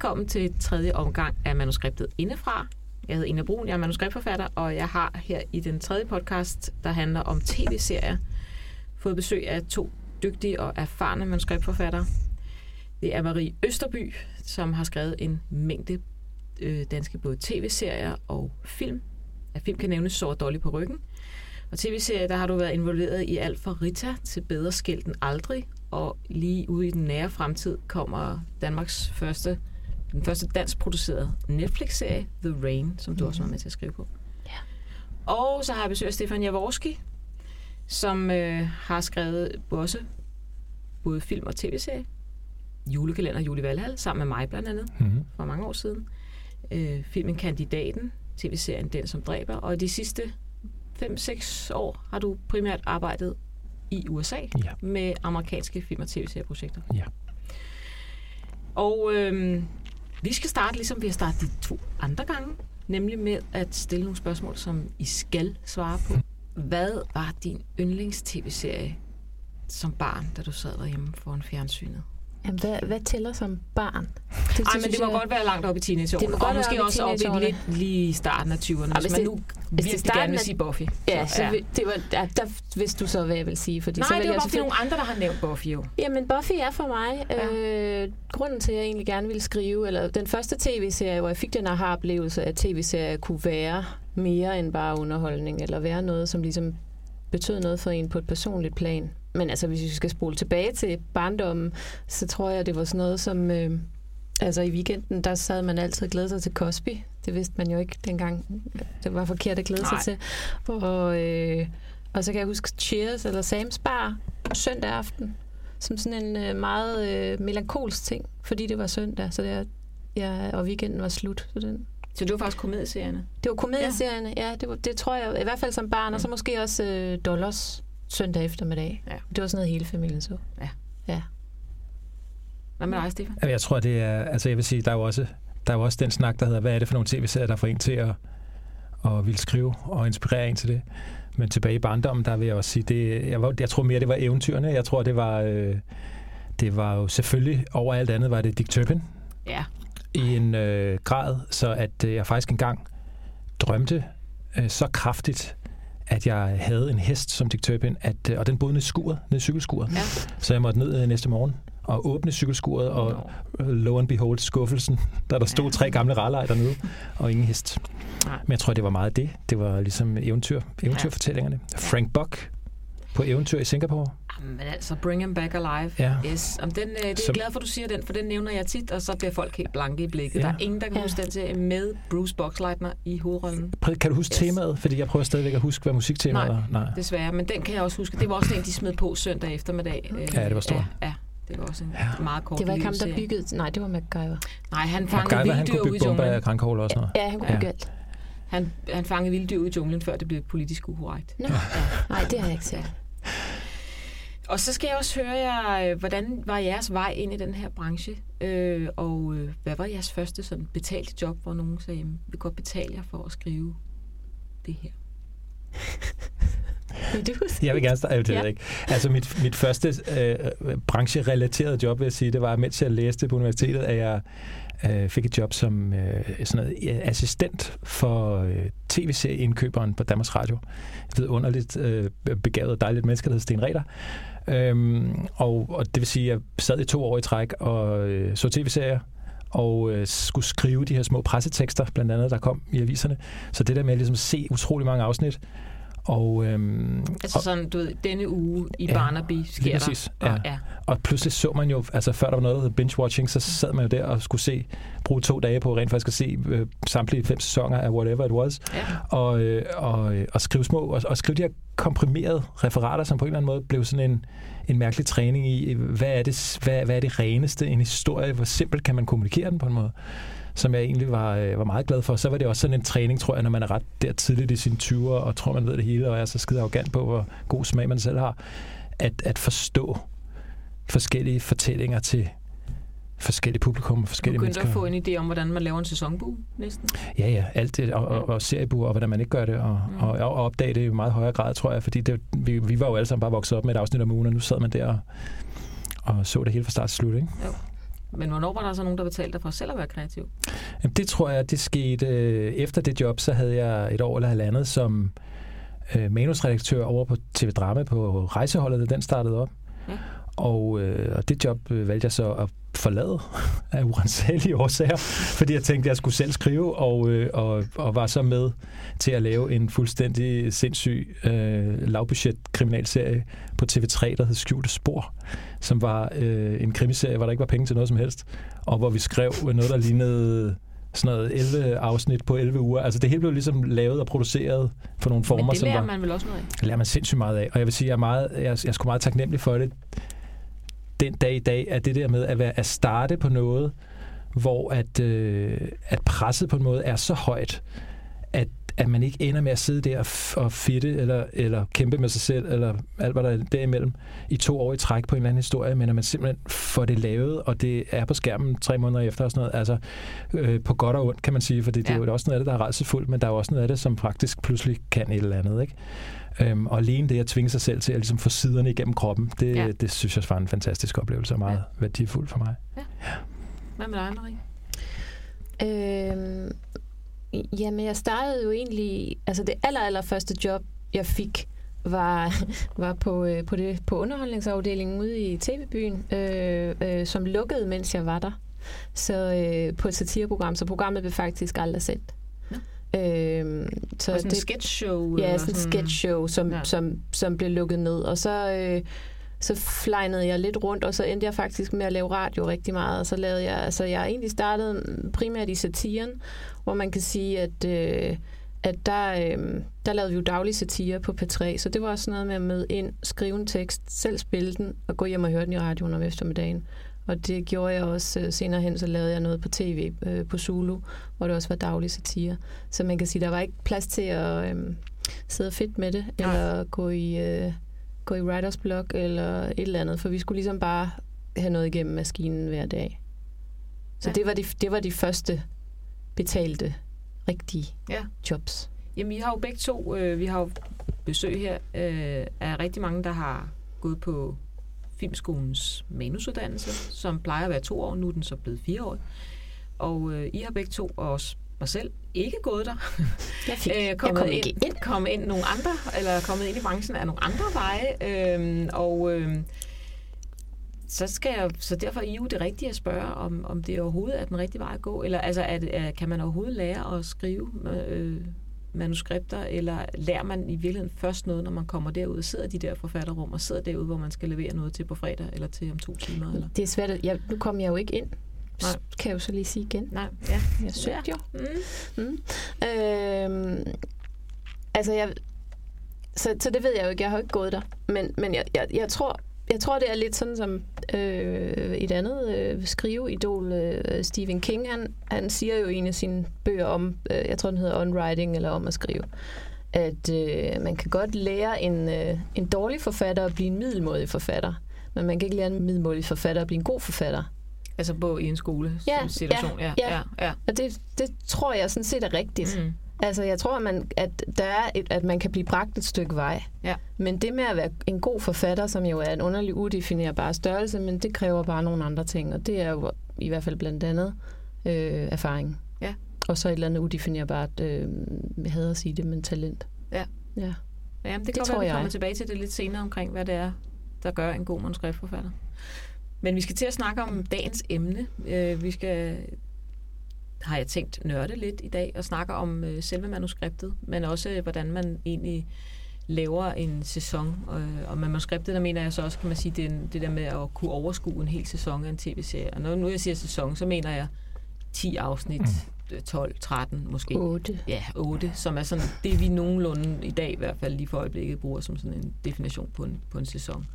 velkommen til tredje omgang af manuskriptet indefra. Jeg hedder Ina Brun, jeg er manuskriptforfatter, og jeg har her i den tredje podcast, der handler om tv-serier, fået besøg af 2 dygtige og erfarne manuskriptforfattere. Det er Marie Østerby, som har skrevet en mængde danske både tv-serier og film. Af film kan nævnes Så Dolly på ryggen. Og tv-serier, der har du været involveret i alt fra Rita til Bedre skæld end aldrig, og lige ude i den nære fremtid kommer Danmarks den første dansk producerede Netflix-serie, The Rain, som du også var med til at skrive på. Ja. Og så har jeg besøgt Stefan Jaworski, som har skrevet både film og tv-serie. Julekalender Juli Valhall, sammen med mig blandt andet, for mange år siden. Filmen Kandidaten, tv-serien Den, som dræber. Og de sidste 5-6 år har du primært arbejdet i USA med amerikanske film- og tv-serieprojekter. Ja. Og vi skal starte, ligesom vi har startet de 2 andre gange, nemlig med at stille nogle spørgsmål, som I skal svare på. Hvad var din yndlings-tv-serie som barn, da du sad derhjemme foran fjernsynet? Jamen, hvad tæller som barn? Men det må godt være langt op i teenageårene. Og måske også op i lidt lige i starten af 20'erne. Hvis man nu virkelig gerne vil sige Buffy. Ja, så det var, der vidste du så, hvad jeg vil sige. Fordi nej, så det var bare nogle andre, der har nævnt Buffy jo. Jamen, Buffy er for mig grunden til, at jeg egentlig gerne ville skrive, eller den første tv-serie, hvor jeg fik den aha-oplevelse, at tv-serier kunne være mere end bare underholdning, eller være noget, som ligesom betød noget for en på et personligt plan. Men altså, hvis vi skal spole tilbage til barndommen, så tror jeg, det var sådan noget som... i weekenden, der sad man altid og glædede sig til Cosby. Det vidste man jo ikke dengang. Det var forkert at glæde sig til. Og så kan jeg huske Cheers eller Sam's Bar søndag aften, som sådan en meget melankolsk ting, fordi det var søndag, så og weekenden var slut. Så det var faktisk komedieserierne? Det var komedieserierne, ja. Det tror jeg, i hvert fald som barn, og så måske også Dollars søndag eftermiddag. Ja. Det var sådan noget, hele familien så. Ja. Hvad med dig, Stefan? Jeg tror, det er... Altså, jeg vil sige, der er jo også den snak, der hedder, hvad er det for nogle tv-serier, der får en til at ville skrive og inspirere en til det. Men tilbage i barndommen, der vil jeg også sige, jeg tror mere, det var eventyrene. Jeg tror, det var jo selvfølgelig over alt andet, var det Dick Turpin. Ja. I en grad, så at jeg faktisk engang drømte så kraftigt, at jeg havde en hest som Dick Turpin, og den boede nede i cykelskuret. Ja. Så jeg måtte ned næste morgen og åbne cykelskuret, og lo and behold skuffelsen, der stod 3 gamle rarlejer dernede, og ingen hest. Nej. Men jeg tror, det var meget det. Det var ligesom eventyrfortællingerne. Frank Buck på eventyr i Singapore. Men altså, Bring Him Back Alive. Ja. Yes. Det er jeg glad for, at du siger den, for den nævner jeg tit, og så bliver folk helt blanke i blikket. Ja. Der er ingen, der kan huske den serie med Bruce Boxleitner i hovedrollen. Kan du huske temaet? Fordi jeg prøver stadigvæk at huske, hvad musiktemaet var. Nej, desværre, men den kan jeg også huske. Det var også en, de smed på søndag eftermiddag. Ja, det var stort. Ja. Det var også en meget kort. Det var ikke ham, der byggede... Nej, det var MacGyver. Nej, han fangede vilddyr ud i junglen. Han kunne bygge og sådan noget. Ja, han kunne bygge alt. Han fangede vilddyr ud i junglen, før det blev politisk ukorrekt. Nå. Ja. Nej, det har jeg ikke set. Og så skal jeg også høre jer, hvordan var jeres vej ind i den her branche? Og hvad var jeres første sådan betalte job, hvor nogen sagde, vi vil godt betale jer for at skrive det her? Jeg vil gerne starte. Det ved jeg ikke. Altså mit første brancherelaterede job, vil jeg sige, det var, mens jeg læste på universitetet, at jeg fik et job som sådan noget, assistent for tv-serieindkøberen på Danmarks Radio. Et vidunderligt begavet og dejligt menneske, der hedder Sten Reder. Og det vil sige, at jeg sad i 2 år i træk og så tv-serier, og skulle skrive de her små pressetekster, blandt andet, der kom i aviserne. Så det der med at ligesom se utrolig mange afsnit. Og, altså sådan, du ved, denne uge i Barnaby sker der. Præcis, ja. Og pludselig så man jo, altså før der var noget, der hed binge-watching, så sad man jo der og skulle bruge 2 dage på rent faktisk at se samtlige 5 sæsoner af Whatever It Was, og skrive og skrive de her komprimerede referater, som på en eller anden måde blev sådan en mærkelig træning i, hvad er det reneste, en historie, hvor simpelt kan man kommunikere den på en måde, som jeg egentlig var meget glad for. Så var det også sådan en træning, tror jeg, når man er ret der tidligt i sine 20'er, og tror, man ved det hele, og er så skide arrogant på, hvor god smag man selv har, at forstå forskellige fortællinger til forskellige publikum og forskellige mennesker. Du begyndte at få en idé om, hvordan man laver en sæsonbue, næsten? Ja, alt det, og seriebuer, og hvordan man ikke gør det, og opdage det i meget højere grad, tror jeg, fordi vi var jo alle sammen bare vokset op med et afsnit om ugen, og nu sad man der og så det hele fra start til slut, ikke? Jo. Men hvornår var der så nogen, der betalte dig for selv at være kreativ? Jamen, det tror jeg, det skete efter det job, så havde jeg et år eller halvandet som manusredaktør over på TV Drama på Rejseholdet, da den startede op. Ja. Og det job valgte jeg så at forlade af uransagelige årsager, fordi jeg tænkte, at jeg skulle selv skrive, og var så med til at lave en fuldstændig sindssyg lavbudget kriminalserie på TV3, der hed Skjulte Spor, som var en krimiserie, hvor der ikke var penge til noget som helst, og hvor vi skrev noget, der lignede sådan noget 11 afsnit på 11 uger. Altså det hele blev ligesom lavet og produceret for nogle former, som var... Men det lærer man vel også noget af? Det lærer man sindssygt meget af, og jeg vil sige, jeg er sgu meget taknemmelig for det. Den dag i dag er det der med at starte på noget, hvor at presset på en måde er så højt, at man ikke ender med at sidde der og fitte eller kæmpe med sig selv, eller alt, hvad der er derimellem, i 2 år i træk på en eller anden historie, men at man simpelthen får det lavet, og det er på skærmen 3 måneder efter og sådan noget. Altså på godt og ondt, kan man sige, for det er jo også noget af det, der er rædselsfuldt, men der er jo også noget af det, som faktisk pludselig kan et eller andet, ikke? Og alene det at tvinge sig selv til at ligesom få siderne igennem kroppen, det synes jeg var en fantastisk oplevelse og meget værdifuld for mig. Ja. Hvad med dig, Marie? Jamen, jeg startede jo egentlig... Altså, det allerførste job, jeg fik, var på underholdningsafdelingen ude i TV-byen, som lukkede, mens jeg var der. Så på et satireprogram, så programmet blev faktisk aldrig sendt. Så sådan et sketchshow? Ja, sådan et sketchshow, som blev lukket ned. Og så flejnede jeg lidt rundt, og så endte jeg faktisk med at lave radio rigtig meget. Og så lavede jeg... Altså, jeg egentlig startede primært i satiren, hvor man kan sige, at der lavede vi jo daglig satire på P3, så det var også noget med at møde ind, skrive en tekst, selv spille den, og gå hjem og høre den i radioen om eftermiddagen. Og det gjorde jeg også senere hen, så lavede jeg noget på tv på Zulu, hvor det også var daglig satire. Så man kan sige, der var ikke plads til at sidde fedt med det, eller gå i writers blog, eller et eller andet, for vi skulle ligesom bare have noget igennem maskinen hver dag. Så det var de første betalte rigtige jobs. Jamen, I har jo begge to, vi har jo besøg her af rigtig mange, der har gået på Filmskolens manusuddannelse, som plejer at være 2 år, nu er den så blevet 4 år. Og I har begge to, og også mig selv, ikke gået der. Jeg fik kommet ind nogle andre, eller kommet ind i branchen af nogle andre veje. Så derfor er I jo det rigtige at spørge, om det overhovedet er den rigtige vej at gå, eller altså, kan man overhovedet lære at skrive manuskripter, eller lærer man i virkeligheden først noget, når man kommer derud og sidder i de der forfatterrum, og sidder derude, hvor man skal levere noget til på fredag, eller til om 2 timer? Eller? Det er svært. Nu kom jeg jo ikke ind. Nej. Kan jeg jo så lige sige igen. Nej, ja. Jeg søgte jo. Så det ved jeg jo ikke. Jeg har jo ikke gået der. Men jeg tror, det er lidt sådan som et andet skriveidol, Stephen King. Han siger jo i en af sine bøger om, jeg tror den hedder On Writing, eller om at skrive, at man kan godt lære en dårlig forfatter at blive en middelmådig forfatter, men man kan ikke lære en middelmådig forfatter at blive en god forfatter. Altså i en skolesituation. Ja. Og det tror jeg sådan set er rigtigt. Mm. Altså, jeg tror, at man kan blive bragt et stykke vej. Ja. Men det med at være en god forfatter, som jo er en underlig udefinerbar størrelse, men det kræver bare nogle andre ting, og det er jo i hvert fald blandt andet erfaring. Ja. Og så et eller andet udefinerbart, jeg hader at sige det, men talent. Ja. Jamen, det kan være, at vi kommer tilbage til det lidt senere omkring, hvad det er, der gør en god manuskriptforfatter. Men vi skal til at snakke om dagens emne. Har jeg tænkt nørde lidt i dag og snakke om selve manuskriptet, men også hvordan man egentlig laver en sæson. Og med manuskriptet, der mener jeg så også, kan man sige, det der med at kunne overskue en hel sæson af en tv-serie. Og når jeg siger sæson, så mener jeg 10 afsnit, 12, 13 måske. 8. Ja, 8, som er sådan det, vi nogenlunde i dag i hvert fald lige for øjeblikket bruger som sådan en definition på en sæson.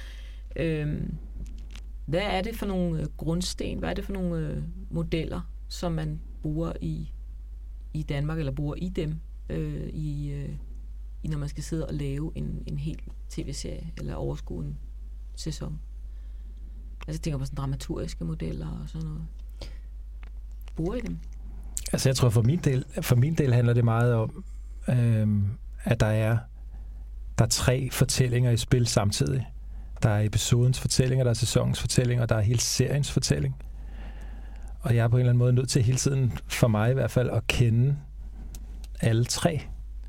Hvad er det for nogle grundsten? Hvad er det for nogle modeller, som man bruger i Danmark, eller bruger i dem, når man skal sidde og lave en hel tv-serie, eller overskue en sæson? Altså, jeg tænker på sådan dramaturgiske modeller og sådan noget. Bruger I dem? Altså, jeg tror, for min del handler det meget om, at der er 3 fortællinger i spil samtidig. Der er episodens fortælling, der er sæsonens fortælling, og der er hele seriens fortælling. Og jeg er på en eller anden måde nødt til hele tiden, for mig i hvert fald, at kende alle tre.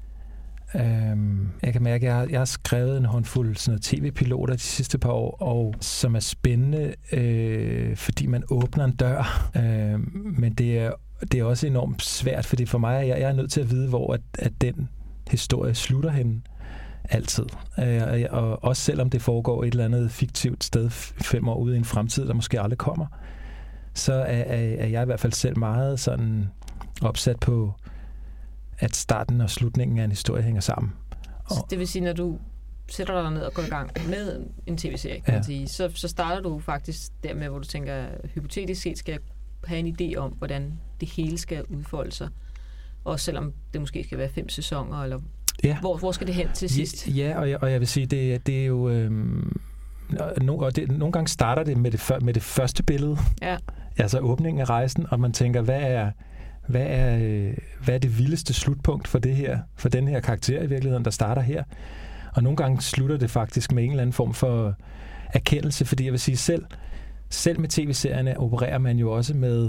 Jeg kan mærke, at jeg har skrevet en håndfuld sådan noget tv-piloter de sidste par år, og som er spændende, fordi man åbner en dør. Men det er også enormt svært, fordi for mig, jeg er nødt til at vide, hvor at den historie slutter henne. Altid. Og også selvom det foregår et eller andet fiktivt sted 5 år ude i en fremtid, der måske aldrig kommer, så er jeg i hvert fald selv meget sådan opsat på, at starten og slutningen af en historie hænger sammen. Så det vil sige, når du sætter dig ned og går i gang med en tv-serie, kan man sige, så starter du faktisk dermed, hvor du tænker, hypotetisk set skal jeg have en idé om, hvordan det hele skal udfolde sig. Også selvom det måske skal være 5 sæsoner, eller hvor skal det hen til sidst? Ja, og jeg vil sige, det er jo... nogle gange starter det med det første billede, altså åbningen af rejsen, og man tænker, hvad er det vildeste slutpunkt for den her karakter i virkeligheden, der starter her? Og nogle gange slutter det faktisk med en eller anden form for erkendelse, fordi jeg vil sige, selv med tv-serierne opererer man jo også med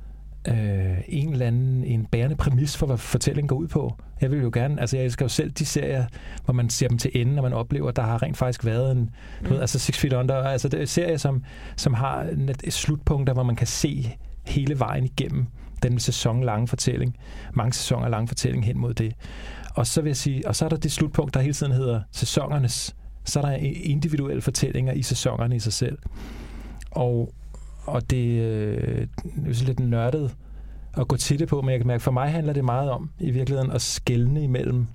en bærende præmis for, hvad fortællingen går ud på. Jeg vil jo gerne, altså jeg elsker jo selv de serier, hvor man ser dem til enden, og man oplever, at der har rent faktisk været en, altså 6 Feet Under, altså det er serier, som har slutpunkter, hvor man kan se hele vejen igennem den sæsonlange fortælling, mange sæsoner lange fortælling hen mod det. Og så vil jeg sige, og så er der det slutpunkt, der hele tiden hedder sæsonernes, så er der individuelle fortællinger i sæsonerne i sig selv. Og det er lidt nørdet at gå til det på, men jeg kan mærke, for mig handler det meget om i virkeligheden at skelne imellem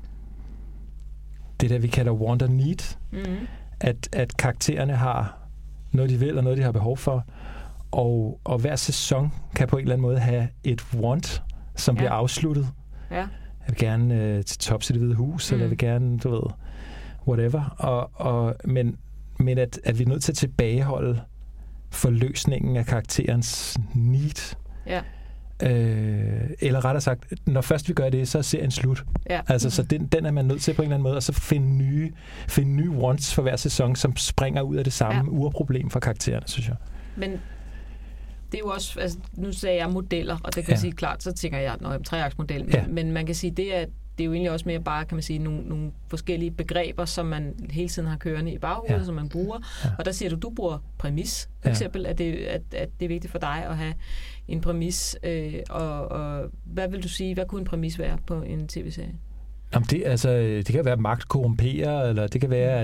det der, vi kalder want and need. Mm-hmm. At karaktererne har noget, de vil, og noget, de har behov for. Og hver sæson kan på en eller anden måde have et want, som bliver afsluttet. Ja. Jeg vil gerne til tops i Det Hvide Hus, eller jeg vil gerne, du ved, whatever. Men at vi er nødt til at tilbageholde forløsningen af karakterens need. Ja. Eller rettere sagt, når først vi gør det, så er serien slut. Ja. Altså, så den er man nødt til på en eller anden måde, og så finde nye wants for hver sæson, som springer ud af det samme urproblem for karaktererne, synes jeg. Men det er jo også, altså, nu sagde jeg modeller, og det kan jeg sige klart, så tænker jeg, når jeg treaktsmodel, men man kan sige, det er jo egentlig også mere bare, kan man sige, nogle forskellige begreber, som man hele tiden har kørende i baghovedet, som man bruger. Ja. Og der siger du bruger præmis, for eksempel, at det er vigtigt for dig at have en præmis. Og hvad vil du sige, hvad kunne en præmis være på en tv-serie? Jamen det kan være, at magt korrumperer, eller det kan være,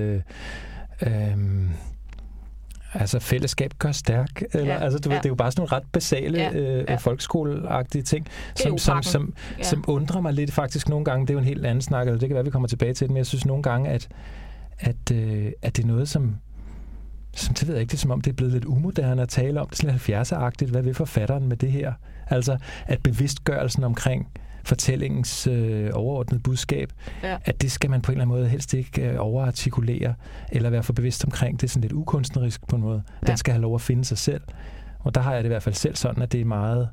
at fællesskab gør stærk, eller altså det er jo bare sådan nogle ret basale folkeskoleagtige ting, som undrer mig lidt faktisk nogle gange. Det er jo en helt anden snak, eller det kan være, vi kommer tilbage til det, men jeg synes nogle gange, at det er noget, som det ved jeg ikke, det er som om det er blevet lidt umoderne at tale om. Det er sådan lidt 70'er-agtigt. Hvad vil forfatteren med det her? Altså, at bevidstgørelsen omkring fortællingens overordnede budskab, at det skal man på en eller anden måde helst ikke overartikulere, eller være for bevidst omkring. Det er sådan lidt ukunstnerisk på en måde. Den skal have lov at finde sig selv. Og der har jeg det i hvert fald selv sådan, at det er meget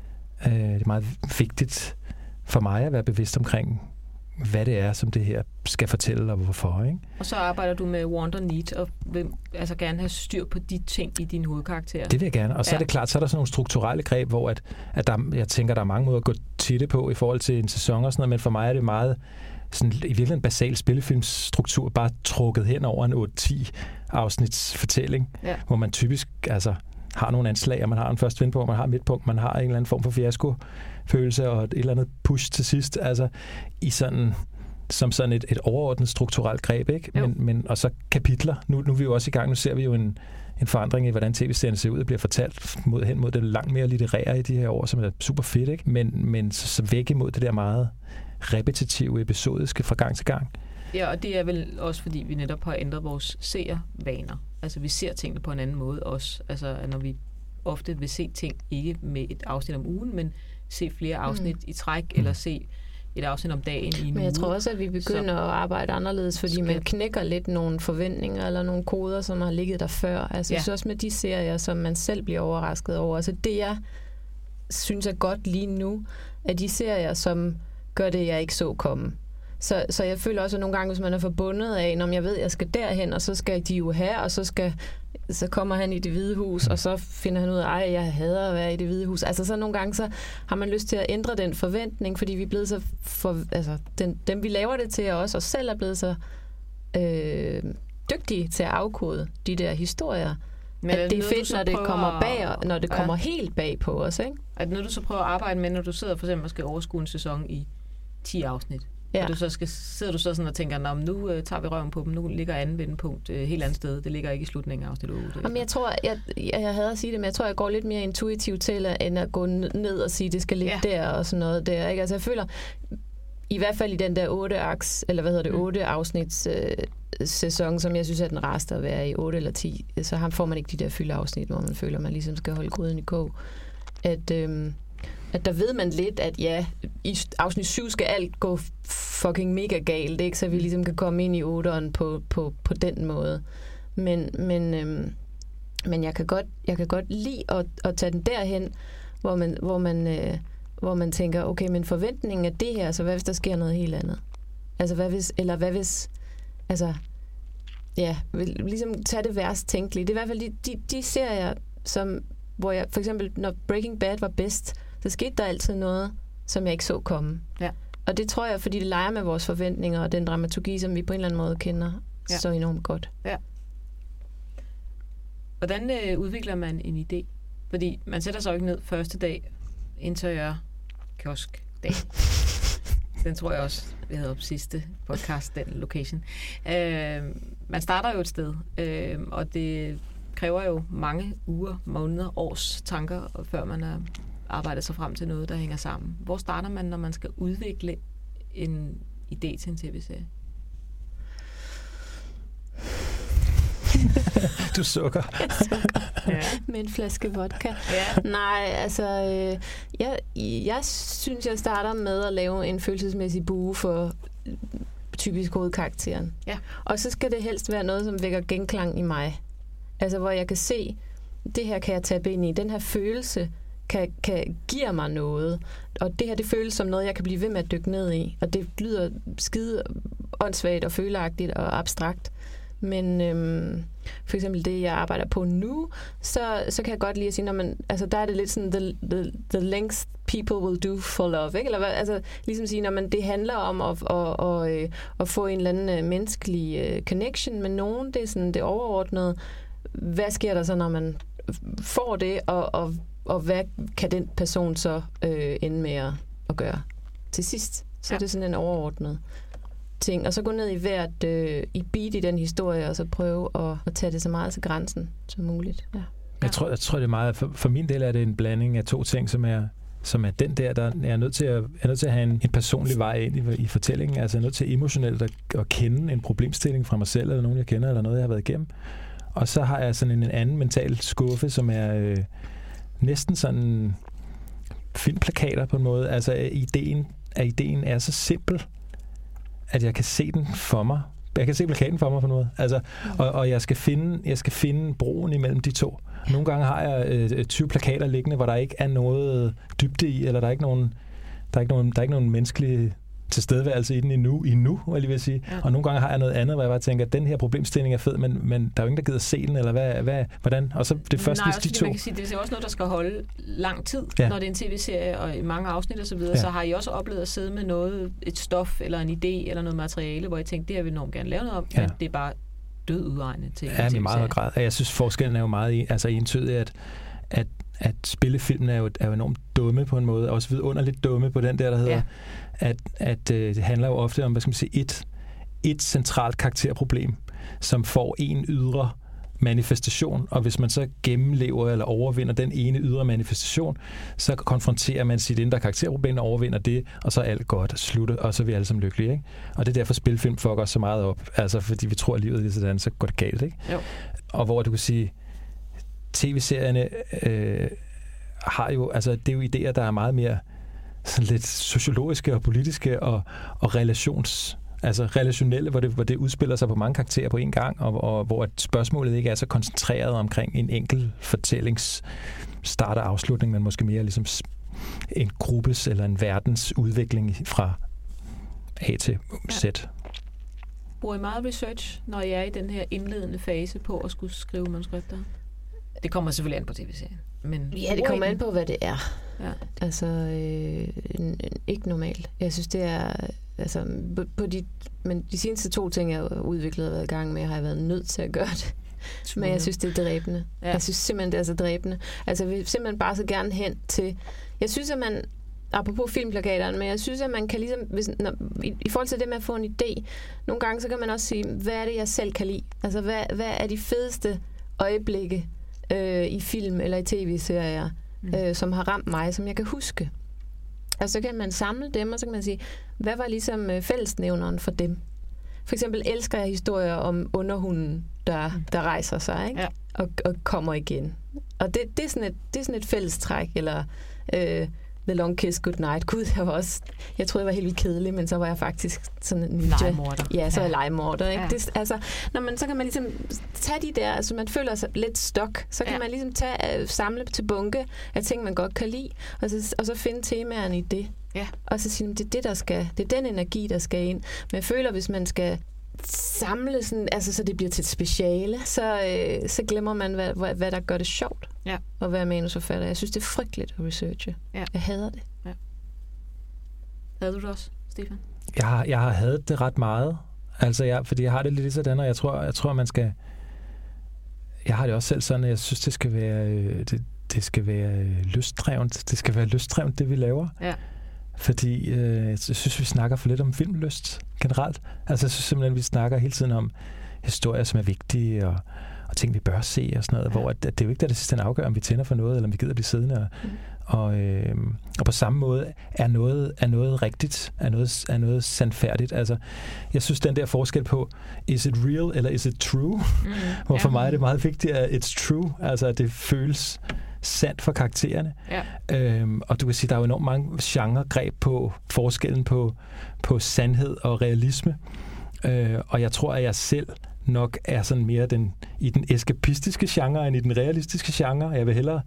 vigtigt for mig at være bevidst omkring, hvad det er, som det her skal fortælle, og hvorfor, ikke? Og så arbejder du med want and need, og vil altså gerne have styr på de ting i dine hovedkarakterer. Det vil jeg gerne. Og så er det klart, så er der sådan nogle strukturelle greb, hvor jeg tænker, der er mange måder at gå til det på i forhold til en sæson og sådan noget, men for mig er det meget sådan, i virkeligheden en basal spillefilmsstruktur, bare trukket hen over en 8-10 afsnits fortælling, hvor man typisk har nogle anslag, og man har en første vendpunkt, man har et midtpunkt, man har en eller anden form for fiasko-følelse og et eller andet push til sidst, altså i sådan som sådan et overordnet strukturelt greb, ikke? Men og så kapitler. Nu er vi jo også i gang, nu ser vi jo en forandring i, hvordan tv-serien ser ud og bliver fortalt hen mod det langt mere litterære i de her år, som er super fedt, ikke? Men så væk imod det der meget repetitive, episodiske fra gang til gang. Ja, og det er vel også, fordi vi netop har ændret vores seervaner. Altså, vi ser tingene på en anden måde også. Altså, når vi ofte vil se ting, ikke med et afsnit om ugen, men se flere afsnit i træk, eller se et afsnit om dagen i en uge. Men jeg tror også, at vi begynder at arbejde anderledes, fordi man knækker lidt nogle forventninger, eller nogle koder, som har ligget der før. Altså, jeg synes også med de serier, som man selv bliver overrasket over. Altså, det jeg synes er godt lige nu, er de serier, som gør det, jeg ikke så komme. Så jeg føler også, at nogle gange, hvis man er forbundet af, når jeg ved, at jeg skal derhen, og så skal de jo her, og så skal så kommer han i Det Hvide Hus, og så finder han ud af, jeg hader at være i Det Hvide Hus. Altså så nogle gange, så har man lyst til at ændre den forventning, fordi vi er blevet så... dem vi laver det til, og også os selv er blevet så dygtige til at afkode de der historier. Men at det er fedt, når det kommer når det kommer helt bag på os, ikke? Er det noget, du så prøver at arbejde med, når du sidder for eksempel og skal overskue en sæson i 10 afsnit? Ja. Og du så sidder du så sådan og tænker, nu tager vi røven på dem, nu ligger anden vendepunkt helt andet sted. Det ligger ikke i slutningen af afsnit 8. Jamen, jeg tror, jeg hader at sige det, men jeg tror, jeg går lidt mere intuitivt til, end at gå ned og sige, det skal ligge der og sådan noget der. Ikke? Altså jeg føler, i hvert fald i den der 8 afsnits sæson, som jeg synes er den rareste at være i 8 eller 10, så får man ikke de der fyldeafsnit, hvor man føler, man ligesom skal holde gryden i kog. At der ved man lidt, at ja, i afsnit 7 skal alt gå fucking mega galt, ikke? Så vi ligesom kan komme ind i 8'eren på den måde. Men jeg kan godt lide at tage den derhen, hvor man tænker, okay, men forventningen er det her, så hvad hvis der sker noget helt andet? Altså hvad hvis ligesom tage det værst tænkelige. Det er i hvert fald de serier, hvor jeg, for eksempel, når Breaking Bad var bedst, så skete der altid noget, som jeg ikke så komme. Ja. Og det tror jeg, fordi det leger med vores forventninger og den dramaturgi, som vi på en eller anden måde kender så enormt godt. Ja. Hvordan udvikler man en idé? Fordi man sætter sig jo ikke ned første dag, interiør, kioskdag. Den tror jeg også, vi havde op sidste podcast, den location. Man starter jo et sted, og det kræver jo mange uger, måneder, års tanker, før man har arbejdet sig frem til noget, der hænger sammen. Hvor starter man, når man skal udvikle en idé til en tv-serie? Du sukker. Jeg sukker. Ja. Med en flaske vodka. Ja. Nej, altså, jeg synes, jeg starter med at lave en følelsesmæssig bue for typisk hovedkarakteren. Ja. Og så skal det helst være noget, som vækker genklang i mig. Altså, hvor jeg kan se, det her kan jeg tabe ind i. Den her følelse kan give mig noget. Og det her, det føles som noget, jeg kan blive ved med at dykke ned i. Og det lyder skide åndssvagt og føleagtigt og abstrakt. Men for eksempel det, jeg arbejder på nu, så kan jeg godt lide at sige, der er det lidt sådan, the length people will do for love, ikke? Eller hvad, altså ligesom sige, når det handler om at få en eller anden menneskelig connection med nogen, det er sådan det overordnede. Hvad sker der så, når man får det, og hvad kan den person så ende med at gøre til sidst? Så er det sådan en overordnet ting, og så gå ned i hvert i beat i den historie, og så prøve at tage det så meget til grænsen som muligt. Ja. Jeg tror det er meget, for min del er det en blanding af to ting, som er den der er nødt til at have en personlig vej ind i fortællingen, altså jeg er nødt til emotionelt at kende en problemstilling fra mig selv, eller nogen jeg kender, eller noget jeg har været igennem. Og så har jeg sådan en anden mental skuffe, som er næsten sådan filmplakater på en måde. Altså ideen er så simpel, at jeg kan se den for mig. Jeg kan se plakaten for mig på noget. Altså, og jeg skal finde broen imellem de to. Nogle gange har jeg 20 plakater liggende, hvor der ikke er noget dybde i, eller der er ikke nogen menneskelige tilstedeværelse i den endnu, vil jeg sige. Ja. Og nogle gange har jeg noget andet, hvor jeg bare tænker, at den her problemstilling er fed, men der er jo ingen, der gider se den, eller hvordan? Og så det første, de to. Man kan sige, det er også noget, der skal holde lang tid, når det er en tv-serie, og i mange afsnit og så videre, så har I også oplevet at sidde med noget, et stof, eller en idé, eller noget materiale, hvor I tænkte, det her vil enormt gerne lave noget om, men det er bare død udregnet til en tv-serie. Ja, i meget grad. Jeg synes, forskellen er jo meget entydig, at spillefilmen er jo enormt dumme på en måde, også vidunderligt dumme på den der hedder, at det handler jo ofte om, hvad skal man sige, et centralt karakterproblem, som får en ydre manifestation, og hvis man så gennemlever eller overvinder den ene ydre manifestation, så konfronterer man sit indre karakterproblem og overvinder det, og så er alt godt slutter, og så er vi alle sammen lykkelige, ikke? Og det er derfor spilfilm fucker os så meget op, altså fordi vi tror, at livet er sådan, så går det galt, ikke? Jo. Og hvor du kan sige, tv-serierne har jo, altså det er jo idéer, der er meget mere sådan lidt sociologiske og politiske og relationelle, hvor det udspiller sig på mange karakterer på en gang, og hvor spørgsmålet ikke er så koncentreret omkring en enkelt fortællings start og afslutning, men måske mere ligesom en gruppes eller en verdens udvikling fra A til Z. Bruger I meget research, når I er i den her indledende fase på at skulle skrive manuskripter? Det kommer selvfølgelig an på tv-serien. Men ja, det kommer an på, hvad det er. Ja. Altså, ikke normalt. Jeg synes, det er... Altså, men de seneste 2 ting, jeg har udviklet og været i gang med, har jeg været nødt til at gøre det. Men jeg synes, det er dræbende. Ja. Jeg synes simpelthen, det er så dræbende. Altså, jeg vil simpelthen bare så gerne hen til... Jeg synes, at man... Apropos filmplakaterne, men jeg synes, at man kan ligesom... I forhold til det med at få en idé, nogle gange, så kan man også sige, hvad er det, jeg selv kan lide? Altså, hvad er de fedeste øjeblikke i film eller i tv-serier, som har ramt mig, som jeg kan huske? Og så kan man samle dem, og så kan man sige, hvad var ligesom fællesnævneren for dem? For eksempel elsker jeg historier om underhunden, der rejser sig, ikke? Ja. Og kommer igen. Og det er sådan et fællestræk, eller The Long Kiss Goodnight. Gud, jeg troede, jeg var helt vildt kedelig, men så var jeg faktisk sådan en ninja. Legemorder. Ja, så er jeg legemorder, ikke? Ja. Altså, så kan man ligesom tage de der, altså man føler sig lidt stok, så kan man ligesom samle til bunke af ting, man godt kan lide, og så finde temaerne i det. Ja. Og så sige, det er den energi, der skal ind. Men jeg føler, hvis man skal samle sådan, altså så det bliver til et speciale, så glemmer man, hvad der gør det sjovt at være manusforfatter. Jeg synes, det er frygteligt at researche. Ja. Jeg hader det. Ja. Havde du det også, Stefan? Jeg har hadet det ret meget. Altså, fordi jeg har det lidt sådan, og jeg tror, man skal... Jeg har det også selv sådan, at jeg synes, det skal være lystdrevent. Det skal være lystdrevent, det vi laver. Ja. Fordi jeg synes, vi snakker for lidt om filmlyst generelt. Altså, jeg synes simpelthen, vi snakker hele tiden om historier, som er vigtige, og ting, vi bør se, og sådan noget. Ja. Hvor at det er jo ikke det sidste afgør, om vi tænder for noget, eller om vi gider blive siddende. Og på samme måde er noget rigtigt, er noget sandfærdigt. Altså, jeg synes, den der forskel på, is it real, eller is it true? Hvor for mig er det meget vigtigt, at it's true. Altså, at det føles sandt for karaktererne. Ja. Og du kan sige, der er jo enormt mange genregreb på forskellen på sandhed og realisme. Og jeg tror, at jeg selv nok er sådan mere i den eskapistiske genre, end i den realistiske genre. Jeg vil hellere,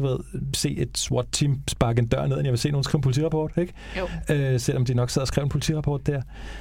se et SWAT-team sparke en dør ned, end jeg vil se nogen skrive en politirapport, ikke? Selvom de nok sad og skrev en politirapport der.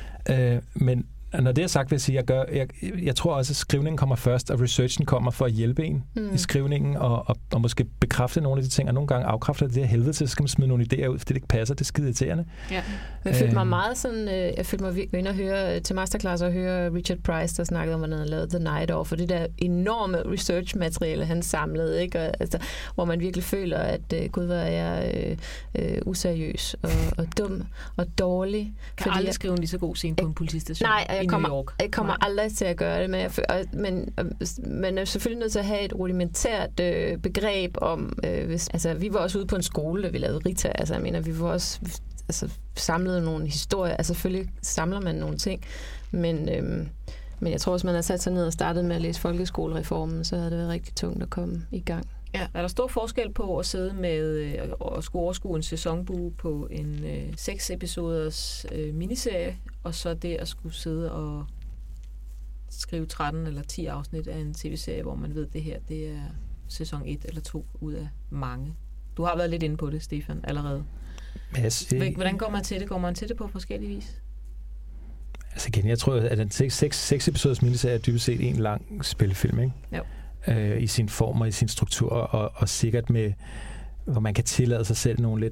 Men når det er sagt, vil jeg sige, jeg tror også, at skrivningen kommer først, og researchen kommer for at hjælpe en i skrivningen, og måske bekræfte nogle af de ting, og nogle gange afkræfte det her helvede til, så skal man smide nogle idéer ud, fordi det ikke passer, det er skide irriterende. Ja. Jeg følte mig meget sådan, jeg følte mig inde at høre til masterclass og høre Richard Price, der snakkede om, hvordan han havde lavet The Night Off, for det der enorme research-materiale, han samlede, ikke? Og, altså, hvor man virkelig føler, at gud, hvor er jeg useriøs og dum og dårlig. Kan aldrig skrive en lige så god scene på en politistation. Nej, jeg kommer aldrig til at gøre det, men man er selvfølgelig nødt til at have et rudimentært begreb om, vi var også ude på en skole, da vi lavede Rita, altså jeg mener, vi var også samlede nogle historier, altså selvfølgelig samler man nogle ting, men jeg tror, hvis man har sat sig ned og startet med at læse folkeskolereformen, så havde det været rigtig tungt at komme i gang. Ja, er der stor forskel på at sidde med og skulle overskue en sæsonbue på en 6 episoders miniserie, og så det at skulle sidde og skrive 13 eller 10 afsnit af en tv-serie, hvor man ved, at det her det er sæson 1 eller 2 ud af mange. Du har været lidt inde på det, Stefan, allerede. Hvordan går man til det? Går man til det på forskellige vis? Altså igen, jeg tror, at den 6 episoders miniserie er dybest set en lang spillefilm, ikke? Jo. I sin form og i sin struktur, og sikkert med, hvor man kan tillade sig selv nogle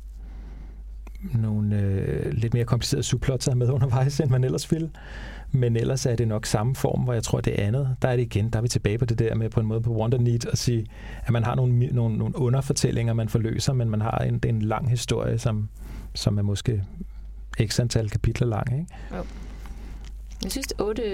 lidt mere komplicerede subplotter med undervejs, end man ellers ville. Men ellers er det nok samme form, hvor jeg tror, det andet, der er vi tilbage på det der med på en måde på Wonder Need at sige, at man har nogle underfortællinger, man forløser, men man har en lang historie, som er måske x antal kapitler lang, ikke? Jo. Jeg synes,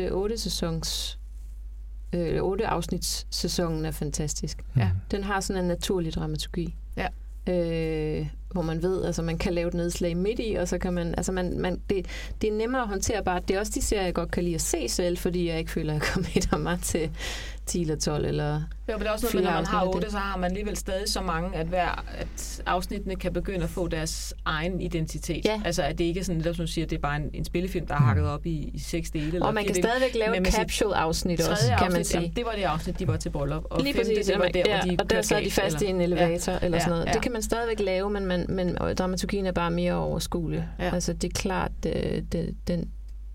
8 afsnitssæsonen er fantastisk. Ja. Den har sådan en naturlig dramaturgi. Ja. Hvor man ved, altså man kan lave et nedslag midt i, og så kan man, altså det er nemmere at håndtere bare. Det er også de serier, jeg godt kan lide at se selv, fordi jeg ikke føler, at jeg committer mig til 10 eller 12 eller. Ja, men det er også noget, når man har 8, så har man alligevel stadig så mange, at afsnittene kan begynde at få deres egen identitet. Ja. Altså at det ikke er sådan, som du siger, det er bare en spillefilm, der er hakket op i 6 dele. Eller og man kan stadigvæk lave et capsule-afsnit også, kan man sige. Jamen, det var det afsnit, de var til bryllup. Og lige præcis, det var der, og der sad de fast i en elevator eller sådan noget. Ja. Det kan man stadigvæk lave, men dramaturgien er bare mere overskuelig. Ja. Altså det er klart,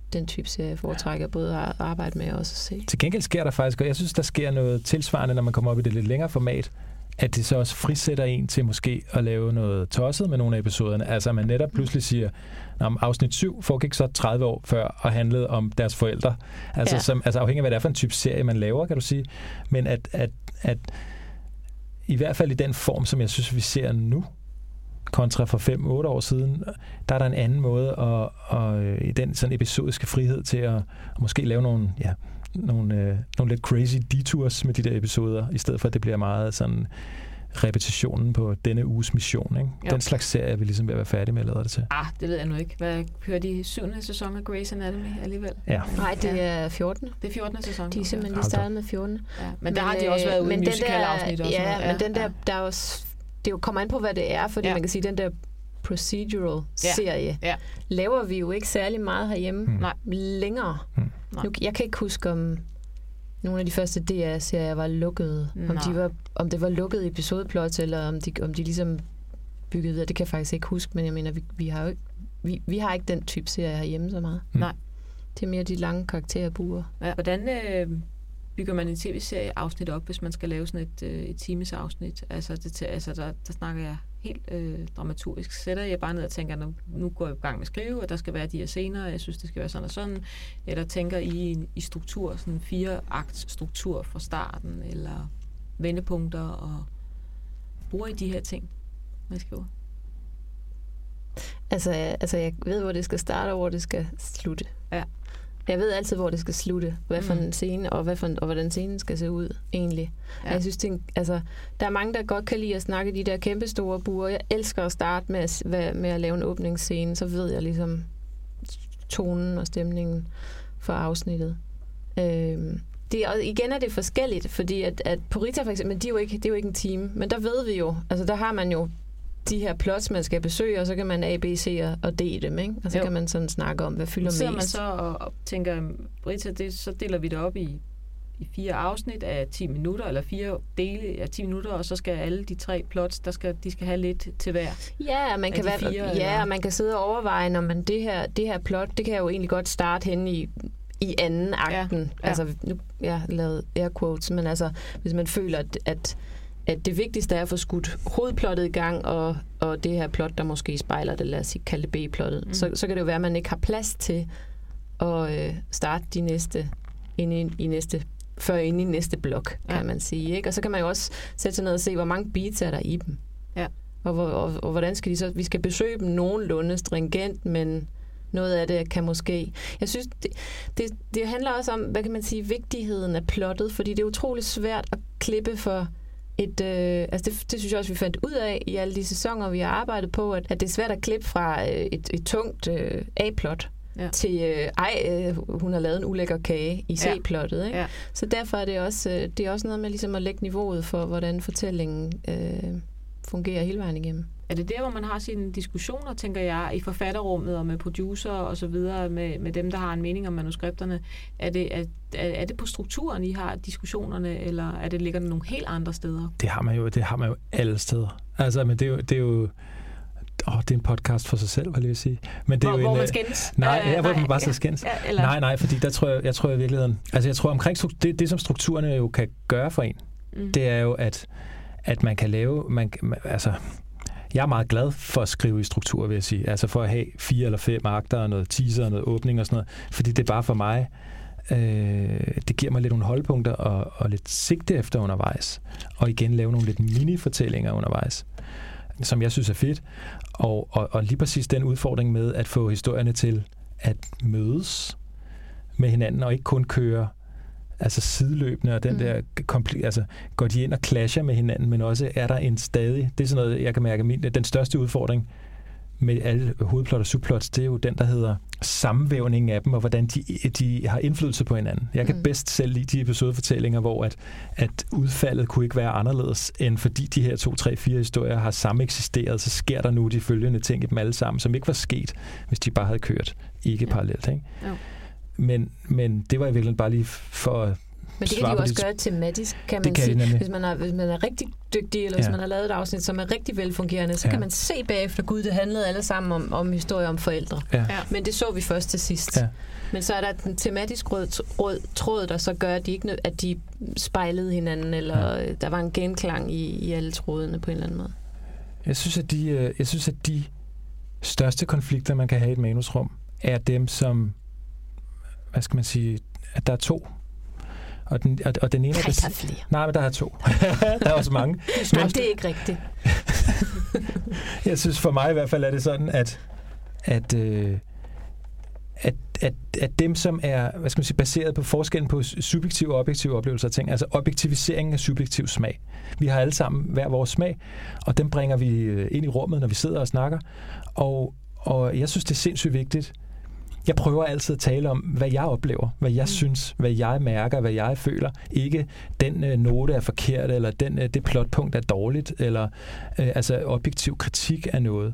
den type serie, jeg foretrækker både at arbejde med og også at se. Til gengæld sker der faktisk, og jeg synes, der sker noget tilsvarende, når man kommer op i det lidt længere format, at det så også frisætter en til måske at lave noget tosset med nogle af episoderne. Altså, man netop pludselig siger, om afsnit 7 foregik så 30 år før og handlede om deres forældre. Altså, altså afhængig af, hvad det er for en type serie, man laver, kan du sige. Men at i hvert fald i den form, som jeg synes, vi ser nu, kontra for 5-8 år siden, der er der en anden måde i den sådan episodiske frihed til at måske lave nogle lidt crazy detours med de der episoder, i stedet for at det bliver meget sådan repetitionen på denne uges mission. Ikke? Den slags serie er vi ligesom ved at være færdige med at lade det til. Det ved jeg nu ikke. Hvad kører de 7. sæson af Grey's Anatomy alligevel? Ja. Nej, det er 14. Det er 14. sæson. De er simpelthen lige startet med 14. Ja. Men der har de også været ude i musical-afsnit også. Ja, men den der er også... Det jo kommer an på, hvad det er, fordi man kan sige, den der procedural-serie laver vi jo ikke særlig meget herhjemme længere. Nu, jeg kan ikke huske, om nogle af de første DR-serier var lukkede. Om det var lukket episodeplot, eller om de ligesom byggede videre. Det kan jeg faktisk ikke huske, men jeg mener, vi har ikke den type serie herhjemme så meget. Nej. Det er mere de lange karakterbuer. Ja. Hvordan bygger man en tv-serie-afsnit op, hvis man skal lave sådan et times-afsnit? Altså, der snakker jeg helt dramaturgisk. Sætter jeg bare ned og tænker, nu går jeg i gang med at skrive, og der skal være de her scener, og jeg synes, det skal være sådan og sådan. Eller tænker i struktur, sådan en 4-akt struktur fra starten, eller vendepunkter, og bruger I de her ting, når jeg skriver? Altså, jeg ved, hvor det skal starte, og hvor det skal slutte. Ja. Jeg ved altid, hvor det skal slutte, hvad for en scene, og hvordan scenen skal se ud, egentlig. Ja. Jeg synes, der er mange, der godt kan lide at snakke de der kæmpe store buer. Jeg elsker at starte med at lave en åbningsscene, så ved jeg ligesom tonen og stemningen for afsnittet. Igen er det forskelligt, fordi at på Rita for eksempel, det er jo ikke en team, men der ved vi jo, altså der har man jo de her plots, man skal besøge, og så kan man A, B, C og D dem, ikke? Og så kan man sådan snakke om, hvad fylder mest. Så man så og tænker, Rita, så deler vi det op i 4 afsnit af 10 minutter, eller 4 dele af 10 minutter, og så skal alle de 3 plots, de skal have lidt til hver. Ja, man kan man kan sidde og overveje, når man det her plot, det kan jo egentlig godt starte hen i anden akten. Ja. Altså, nu jeg har lavet air quotes, men altså, hvis man føler, at det vigtigste er at få skudt hovedplottet i gang, og det her plot, der måske spejler det, lad os sige, kalde det B-plottet, så kan det jo være, at man ikke har plads til at starte de næste, inde i næste blok, kan man sige. Ikke? Og så kan man jo også sætte sig ned og se, hvor mange beats er der i dem. Ja. Og hvordan skal de så... Vi skal besøge dem nogenlunde stringent, men noget af det kan måske... Jeg synes, det handler også om, hvad kan man sige, vigtigheden af plottet, fordi det er utroligt svært at klippe for det synes jeg også, vi fandt ud af i alle de sæsoner, vi har arbejdet på, at det er svært at klippe fra et tungt A-plot til, hun har lavet en ulækker kage i C-plottet. Ikke? Ja. Så derfor er det også noget med ligesom at lægge niveauet for, hvordan fortællingen fungerer hele vejen igennem. Er det der, hvor man har sine diskussioner, tænker jeg, i forfatterrummet og med producer og så videre, med dem, der har en mening om manuskripterne? Er det på strukturen, I har diskussionerne, eller ligger det nogle helt andre steder? Det har man jo alle steder. Altså, men det er jo det er en podcast for sig selv, hvad jeg vil sige. Men det er hvor man skændes? Nej, hvor man bare skal skændes. Nej, fordi der tror jeg i virkeligheden... Altså, jeg tror omkring det som strukturerne jo kan gøre for en, det er jo, at man kan lave... Jeg er meget glad for at skrive i struktur, vil jeg sige. Altså for at have 4 eller 5 akter og noget teaser og noget åbning og sådan noget. Fordi det er bare for mig... det giver mig lidt nogle holdpunkter og lidt sigte efter undervejs. Og igen lave nogle lidt mini-fortællinger undervejs, som jeg synes er fedt. Og lige præcis den udfordring med at få historierne til at mødes med hinanden og ikke kun køre sideløbende, og den der går de ind og clasher med hinanden, men også er der en stadig, det er sådan noget, jeg kan mærke, den største udfordring med alle hovedplot og subplots, det er jo den, der hedder sammenvævningen af dem, og hvordan de har indflydelse på hinanden. Jeg kan bedst selv lide de episodefortællinger, hvor at udfaldet kunne ikke være anderledes, end fordi de her 2, 3, 4 historier har samme eksisteret, så sker der nu de følgende ting i dem alle sammen, som ikke var sket, hvis de bare havde kørt ikke parallelt. Ikke? Ja. Men det var i virkeligheden bare lige for at Men det kan de jo også gøre tematisk, kan man sige. Hvis man er rigtig dygtig, eller hvis man har lavet et afsnit, som er rigtig velfungerende, så kan man se bagefter, gud, det handlede alle sammen om historier om forældre. Ja. Men det så vi først til sidst. Ja. Men så er der den tematisk rød tråd, der så gør, at de spejlede hinanden, eller der var en genklang i alle trådene på en eller anden måde. Jeg synes, at de største konflikter, man kan have i et manusrum, er dem, som, hvad skal man sige, at der er to. Og den ene der er flere. Nej, men der er to. Der er også mange. Men det er ikke rigtigt. Jeg synes for mig i hvert fald er det sådan, at dem, som er, hvad skal man sige, baseret på forskellen på subjektive og objektive oplevelser af ting, altså objektiviseringen af subjektiv smag. Vi har alle sammen hver vores smag, og dem bringer vi ind i rummet, når vi sidder og snakker. Og jeg synes, det er sindssygt vigtigt. Jeg prøver altid at tale om, hvad jeg oplever, hvad jeg synes, hvad jeg mærker, hvad jeg føler. Ikke den note er forkert, eller det plotpunkt er dårligt, eller altså objektiv kritik af noget.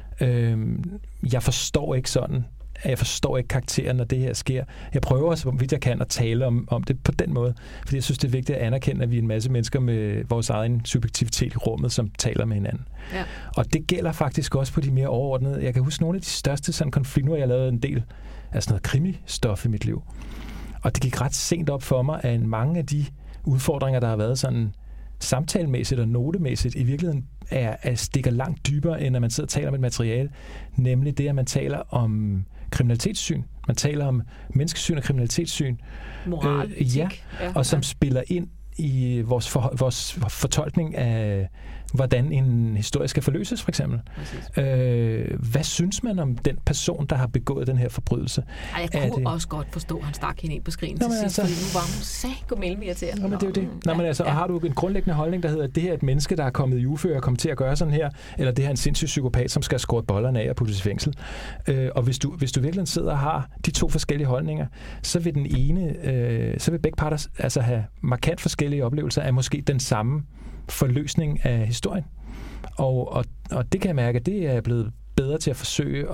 Jeg forstår ikke sådan. Jeg forstår ikke karakteren, når det her sker. Jeg prøver så vidt jeg kan at tale om det på den måde, fordi jeg synes, det er vigtigt at anerkende, at vi er en masse mennesker med vores egen subjektivitet i rummet, som taler med hinanden. Ja. Og det gælder faktisk også på de mere overordnede. Jeg kan huske nogle af de største sådan konflikter, hvor jeg lavede en del af sådan noget krimistof i mit liv. Og det gik ret sent op for mig, at mange af de udfordringer, der har været sådan samtalemæssigt og notemæssigt, i virkeligheden stikker langt dybere, end når man sidder og taler om et materiale, nemlig det, at man taler om kriminalitetssyn. Man taler om menneskesyn og kriminalitetssyn. Moral, etik. Og som spiller ind i vores fortolkning af, hvordan en historie skal forløses, for eksempel. Hvad synes man om den person, der har begået den her forbrydelse? Jeg kunne også godt forstå, at han stak hende ind på skrigen til sidst, fordi nu var hun sagomælmirriterende. Nå, men det er jo det. Men altså, og har du en grundlæggende holdning, der hedder, at det her er et menneske, der er kommet i uføre og kommet til at gøre sådan her, eller det her er en sindssyg psykopat, som skal skåre bollerne af og puttes i fængsel. Og hvis du virkelig sidder og har de to forskellige holdninger, så vil den ene, så vil begge parter altså have markant forskellige oplevelser af måske den samme forløsning af historien. Og det kan jeg mærke, at det er blevet bedre til at forsøge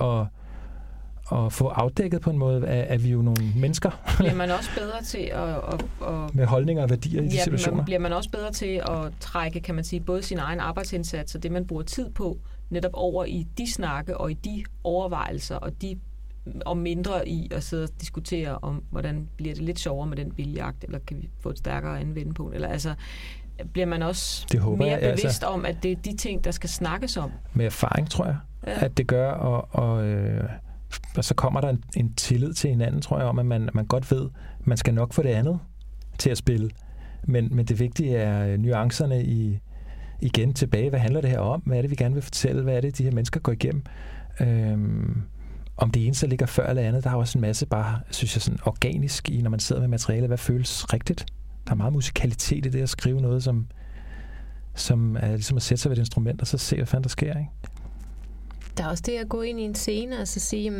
at få afdækket på en måde, at vi er jo nogle mennesker. Bliver man også bedre til at med holdninger og værdier i de situationer? Bliver man også bedre til at trække, kan man sige, både sin egen arbejdsindsats og det, man bruger tid på, netop over i de snakke og i de overvejelser og mindre i at sidde og diskutere om, hvordan bliver det lidt sjovere med den biljagt, eller kan vi få et stærkere anden vendepunkt, eller altså bliver man også mere bevidst om, at det er de ting, der skal snakkes om? Med erfaring, tror jeg, at det gør, og så kommer der en tillid til hinanden, tror jeg, om at man godt ved, man skal nok få det andet til at spille. Men det vigtige er nuancerne igen tilbage. Hvad handler det her om? Hvad er det, vi gerne vil fortælle? Hvad er det, de her mennesker går igennem? Om det ene så ligger før eller andet, der er også en masse bare, synes jeg, sådan organisk i, når man sidder med materiale. Hvad føles rigtigt? Der er meget musikalitet i det at skrive noget, som er ligesom at sætte sig ved et instrument, og så se, hvad fanden der sker, ikke? Der er også det at gå ind i en scene og så sige,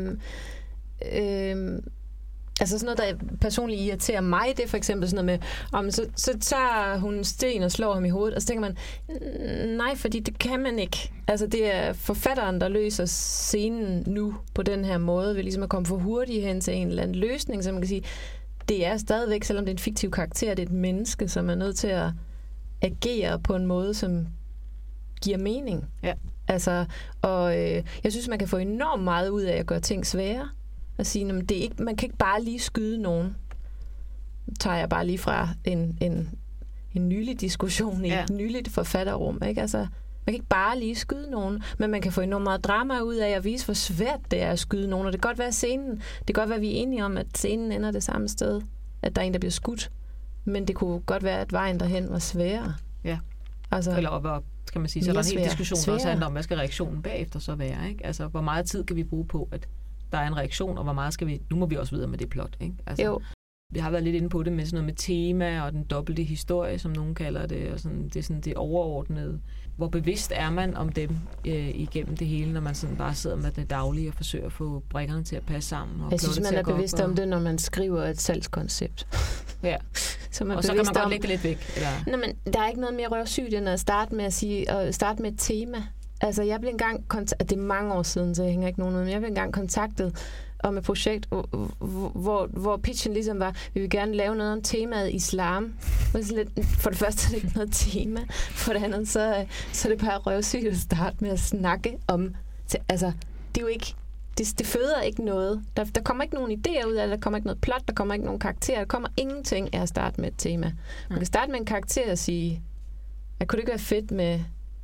altså sådan noget, der personligt irriterer mig, det er for eksempel sådan noget med, så tager hun sten og slår ham i hovedet, og så tænker man, nej, fordi det kan man ikke. Altså det er forfatteren, der løser scenen nu på den her måde, ved ligesom at komme for hurtigt hen til en eller anden løsning, så man kan sige, det er stadigvæk, selvom det er en fiktiv karakter, det er et menneske, som er nødt til at agere på en måde, som giver mening. Ja. Altså, og jeg synes, man kan få enormt meget ud af at gøre ting svære. At sige, det er ikke, man kan ikke bare lige skyde nogen. Tager jeg bare lige fra en nylig diskussion i et nyligt forfatterrum. Ikke? Altså, man kan ikke bare lige skyde nogen, men man kan få enormt meget drama ud af at vise, hvor svært det er at skyde nogen. Og det kan godt være scenen. Det kan godt være, at vi er enige om, at scenen ender det samme sted. At der er en, der bliver skudt. Men det kunne godt være, at vejen derhen var sværere. Ja. Altså, eller op, skal man sige. Så der er en hel diskussion, der også handler om, hvad skal reaktionen bagefter så være? Ikke? Altså, hvor meget tid kan vi bruge på, at der er en reaktion, og hvor meget skal vi... Nu må vi også videre med det plot, ikke? Altså, jo. Vi har været lidt inde på det med sådan noget med tema og den dobbelte historie, som nogen kalder det, og sådan, det er sådan det overordnede. Hvor bevidst er man om dem igennem det hele, når man sådan bare sidder med det daglige og forsøger at få brikkerne til at passe sammen? Og jeg synes, man er bevidst om det, når man skriver et salgskoncept. Ja, så og så kan man godt lægge det lidt væk. Eller? Nå, men der er ikke noget mere røvsygt, end at starte med et tema. Altså, jeg blev engang det er mange år siden, så jeg hænger ikke nogen ud, men jeg blev engang kontaktet om et projekt, hvor pitchen ligesom var, vi vil gerne lave noget om temaet islam. For det første er det ikke noget tema, for det andet så er det bare røvsygt at starte med at snakke om, altså det er jo ikke, det føder ikke noget. Der kommer ikke nogen idéer ud af det, der kommer ikke noget plot, der kommer ikke nogen karakterer, der kommer ingenting af at starte med et tema. Man kan starte med en karakter og sige, at kunne det ikke være fedt med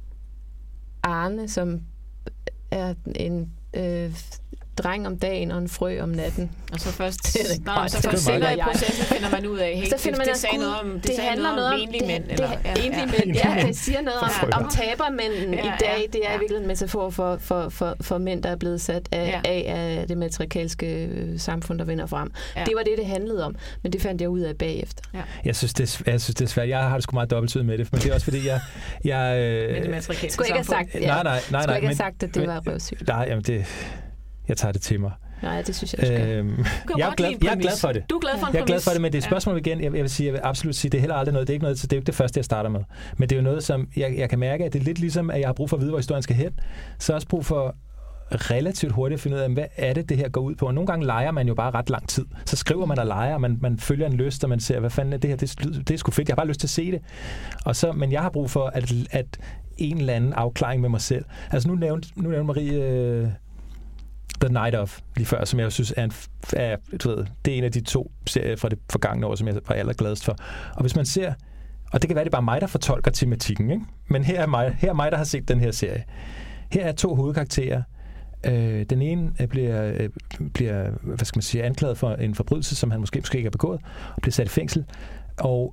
Arne, som er en dreng om dagen og en frø om natten. Og så først senere i processen finder man ud af, hey, det sagde noget om, det handler noget om enlige mænd. Enlige mænd, ja, det siger noget om tabermænden i dag. Det er i virkeligheden en metafor for mænd, der er blevet sat af det matriarkalske samfund, der vinder frem. Det var det handlede om, men det fandt jeg ud af bagefter. Jeg synes, det er svært. Jeg har det sgu meget dobbelttydigt med det, men det er også fordi, med det matriarkalske skulle ikke have sagt, nej, skulle ikke have sagt, at det var røvsygt. Nej, jamen jeg tager det til mig. Nej, det synes jeg, du skal. Jeg er glad for det. Du er glad for en Jeg er glad for det, men det er et spørgsmål igen. Jeg vil absolut sige, det er heller aldrig noget. Det er ikke noget, så det er jo ikke det første, jeg starter med. Men det er jo noget, som jeg kan mærke, at det er lidt ligesom, at jeg har brug for at vide, hvor historien skal hen. Så har jeg også brug for relativt hurtigt at finde ud af, hvad er det her går ud på. Og nogle gange leger man jo bare ret lang tid. Så skriver man og leger, og man følger en lyst, og man ser, hvad fanden er det her? Det er sgu fedt. Jeg har bare lyst til at se det. Og så, men jeg har brug for at en eller anden afklaring med mig selv. Altså nu nævnte Marie The Night Of lige før, som jeg synes er det er en af de 2 serier fra det forgangne år, som jeg var allergladest for. Og hvis man ser, og det kan være, det er bare mig, der fortolker tematikken, ikke? Men her er mig, der har set den her serie. Her er 2 hovedkarakterer. Den ene bliver hvad skal man sige, anklaget for en forbrydelse, som han måske ikke har begået, og bliver sat i fængsel, og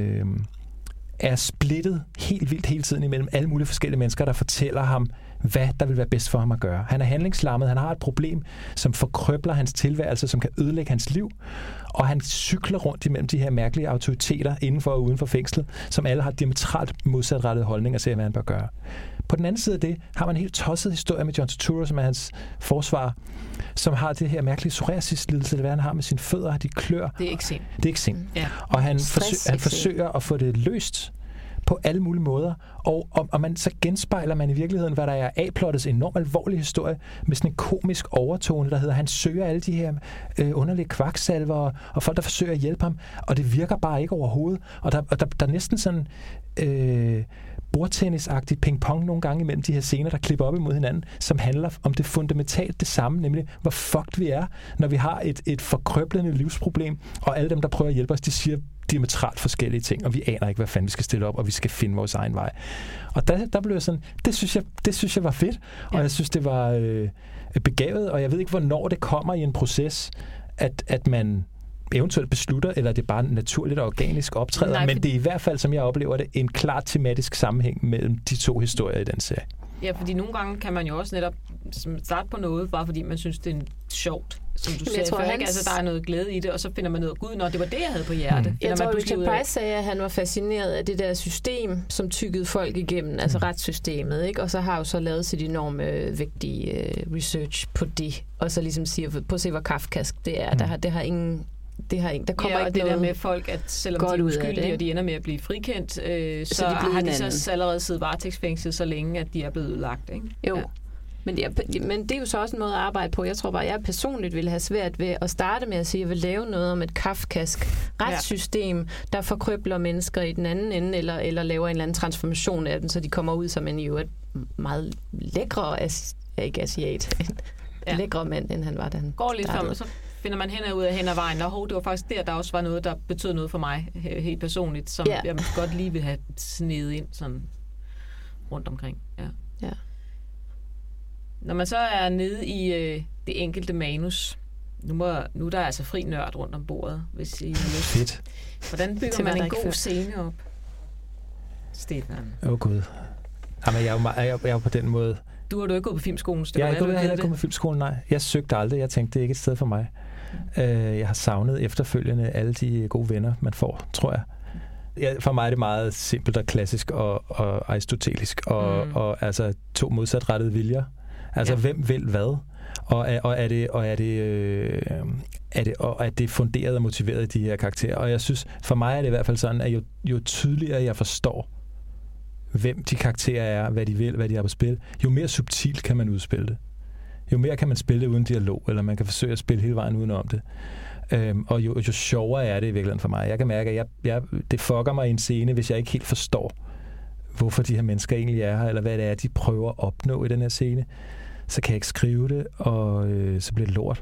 er splittet helt vildt hele tiden imellem alle mulige forskellige mennesker, der fortæller ham, hvad der vil være bedst for ham at gøre. Han er handlingslammet, han har et problem, som forkrøbler hans tilværelse, som kan ødelægge hans liv, og han cykler rundt imellem de her mærkelige autoriteter inden for og uden for fængslet, som alle har diametralt modsatrettede holdninger til, hvad han bør gøre. På den anden side af det har man en helt tosset historie med John Turturro, som er hans forsvar, som har det her mærkelige psoriasis-lidelse, det han har med sine fødder, de klør. Det er ikke sind. Det er ikke sind. Ja. Og han forsøger at få det løst på alle mulige måder, og så genspejler man i virkeligheden, hvad der er A-plottets enormt alvorlige historie, med sådan en komisk overtone, der hedder, han søger alle de her underlige kvaksalver, og folk, der forsøger at hjælpe ham, og det virker bare ikke overhovedet. Og der er næsten sådan bordtennisagtigt ping-pong nogle gange imellem de her scener, der klipper op imod hinanden, som handler om det fundamentalt det samme, nemlig hvor fucked vi er, når vi har et forkrøblende livsproblem, og alle dem, der prøver at hjælpe os, de siger diametralt forskellige ting, og vi aner ikke, hvad fanden vi skal stille op, og vi skal finde vores egen vej. Og der blev jeg sådan, det synes jeg var fedt, og jeg synes, det var begavet, og jeg ved ikke, hvornår det kommer i en proces, at man eventuelt beslutter, eller det er bare naturligt og organisk optræder, men det er i hvert fald, som jeg oplever det, en klar tematisk sammenhæng mellem de 2 historier i den serie. Ja, fordi nogle gange kan man jo også netop starte på noget, bare fordi man synes, det er sjovt, som du sagde før, ikke? Altså, der er noget glæde i det, og så finder man noget, gud, når det var det, jeg havde på hjerte. Jeg tror, Richard Price sagde, at han var fascineret af det der system, som tykkede folk igennem, altså retssystemet, ikke? Og så har jo så lavet sit enorme vigtige research på det, og så ligesom siger, prøv at se, hvor kafkask det er. Der kommer ikke det der med folk, at selvom de er uskyldige, og de ender med at blive frikendt, så har de så allerede siddet varetægtsfængslet så længe, at de er blevet udlagt, ikke? Jo. Ja. Men det er jo så også en måde at arbejde på. Jeg tror bare, jeg personligt ville have svært ved at starte med at sige, at jeg vil lave noget om et kafkask retssystem, der forkrøbler mennesker i den anden ende, eller laver en eller anden transformation af dem, så de kommer ud som en jo et meget lækre, ikke asiat, lækre mand, end han var, da han går lidt frem, og så finder man hen ad vejen, og det var faktisk der også var noget, der betød noget for mig, helt personligt, som jeg godt lige vil have snedet ind sådan rundt omkring. Ja. Når man så er nede i det enkelte manus, nu er der altså fri nørd rundt om bordet, hvis I fedt. Hvordan bygger man en god scene op? Stefan. Gud. Jamen, jeg er jo på den måde. Du har jo ikke gået på filmskolen. Jeg har ikke gået på filmskolen, nej. Jeg søgte aldrig. Jeg tænkte, det er ikke et sted for mig. Jeg har savnet efterfølgende alle de gode venner, man får, tror jeg. For mig er det meget simpelt og klassisk og aristotelisk, og altså 2 modsatrettede viljer. Altså, hvem vil hvad? Og er det funderet og motiveret i de her karakterer? Og jeg synes, for mig er det i hvert fald sådan, at jo tydeligere jeg forstår, hvem de karakterer er, hvad de vil, hvad de har på spil, jo mere subtilt kan man udspille det. jo mere kan man spille det uden dialog, eller man kan forsøge at spille hele vejen udenom det. Og jo sjovere er det i virkeligheden for mig. Jeg kan mærke, at det fucker mig i en scene, hvis jeg ikke helt forstår, hvorfor de her mennesker egentlig er her, eller hvad det er, de prøver at opnå i den her scene. Så kan jeg ikke skrive det, og så bliver det lort.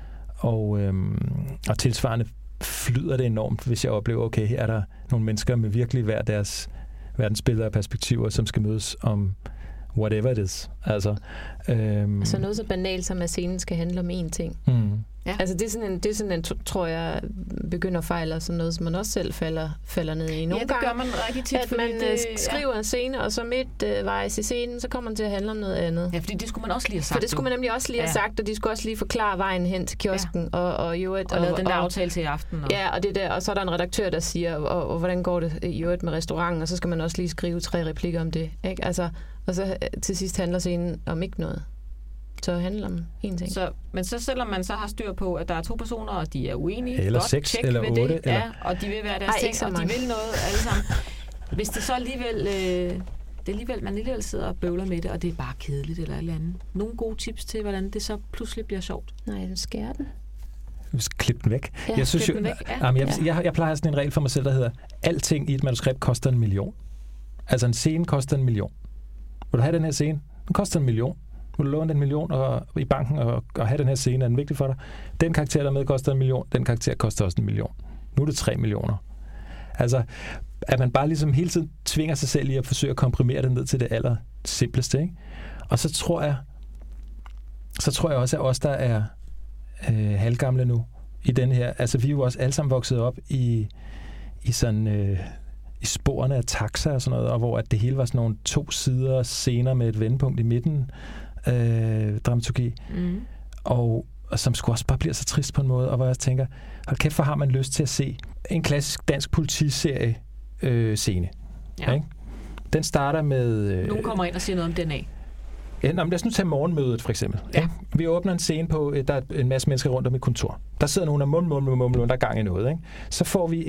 Og tilsvarende flyder det enormt, hvis jeg oplever, okay, her er der nogle mennesker med virkelig hver deres verdensbilleder og perspektiver, som skal mødes om whatever it is. Altså noget så banalt som, at scenen skal handle om én ting. Ja. Altså det er sådan en, tror jeg, begynder at fejle, sådan noget, som man også selv falder ned i. Nogle gange, gør man rigtig tit, at man skriver en scene, og så midtvejs i scenen, så kommer man til at handle om noget andet. Ja, fordi det skulle man også lige have sagt. For det skulle man nemlig også lige have sagt, og de skulle også lige forklare vejen hen til kiosken. Ja. Og lave den der aftale til i aften. Ja, og så er der en redaktør, der siger, og hvordan går det i øvrigt med restauranten, og så skal man også lige skrive 3 replikker om det. Ikke? Altså, og så til sidst handler scenen om ikke noget. Så handler om én ting. Men så selvom man så har styr på, at der er 2 personer, og de er uenige, eller 6 eller 8, eller... Ja, og de vil være deres ting, og de vil noget alle sammen. Hvis det så alligevel, man alligevel sidder og bøvler med det, og det er bare kedeligt eller et eller andet. Nogle gode tips til, hvordan det så pludselig bliver sjovt? Nej, den skærer den. Vi skal klippe den væk. Ja, jeg synes jeg plejer sådan en regel for mig selv, der hedder, alting i et manuskript koster 1 million. Altså en scene koster 1 million. Vil du have den her scene? Den koster 1 million. Vil du låne den 1 million i banken og have den her scene? Er den vigtig for dig? Den karakter, der med, koster 1 million. Den karakter koster også 1 million. Nu er det 3 millioner. Altså, at man bare ligesom hele tiden tvinger sig selv i at forsøge at komprimere det ned til det aller simpleste, ikke? Og så tror jeg også, at os, der er halvgamle nu, i den her, altså vi er jo også alle sammen vokset op i sådan... i sporene af taxa og sådan noget, og hvor at det hele var sådan nogle 2 sider scener med et vendepunkt i midten, dramaturgi, og som sgu også bare bliver så trist på en måde, og hvor jeg tænker, hold kæft, hvor har man lyst til at se en klassisk dansk politiserie scene. Ja. Ikke? Den starter med... Nogen kommer ind og siger noget om DNA. Ja, lad os nu tage morgenmødet, for eksempel. Ja. Vi åbner en scene på, der er en masse mennesker rundt om et kontor. Der sidder nogen og mumler, der er gang i noget. Ikke? Så får vi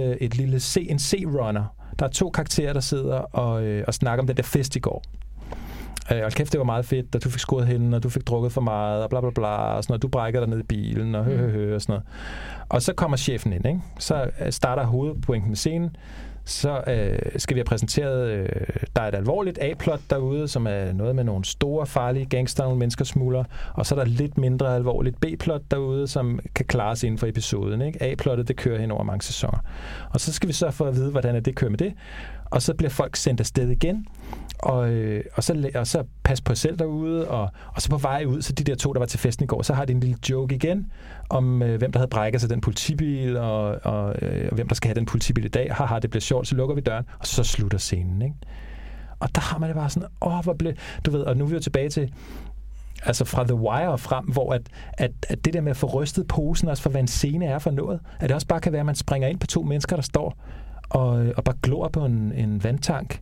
en C-runner. Der er 2 karakterer, der sidder og snakker om den der fest i går. Og kæft, det var meget fedt, da du fik skåret hende, og du fik drukket for meget, og bla bla bla, og sådan noget. Du brækker dig ned i bilen, og og sådan noget. Og så kommer chefen ind, ikke? Så starter hovedpointen med scenen. Så skal vi have præsenteret, der er et alvorligt A-plot derude, som er noget med nogle store, farlige gangster, nogle menneskersmuglere, og så er der lidt mindre alvorligt B-plot derude, som kan klares inden for episoden. Ikke? A-plottet, det kører hen over mange sæsoner. Og så skal vi så få at vide, hvordan det kører med det, og så bliver folk sendt afsted igen, og så pas på selv derude, og så på vej ud, så de der 2, der var til festen i går, så har de en lille joke igen, om hvem der havde brækket sig den politibil, og hvem der skal have den politibil i dag. Haha, det bliver sjovt, så lukker vi døren, og så slutter scenen, ikke? Og der har man det bare sådan, hvor blev... Du ved, og nu er vi jo tilbage til, altså fra The Wire frem, hvor at det der med at få rystet posen, også for hvad en scene er for noget, at det også bare kan være, at man springer ind på 2 mennesker, der står og bare glor på en vandtank,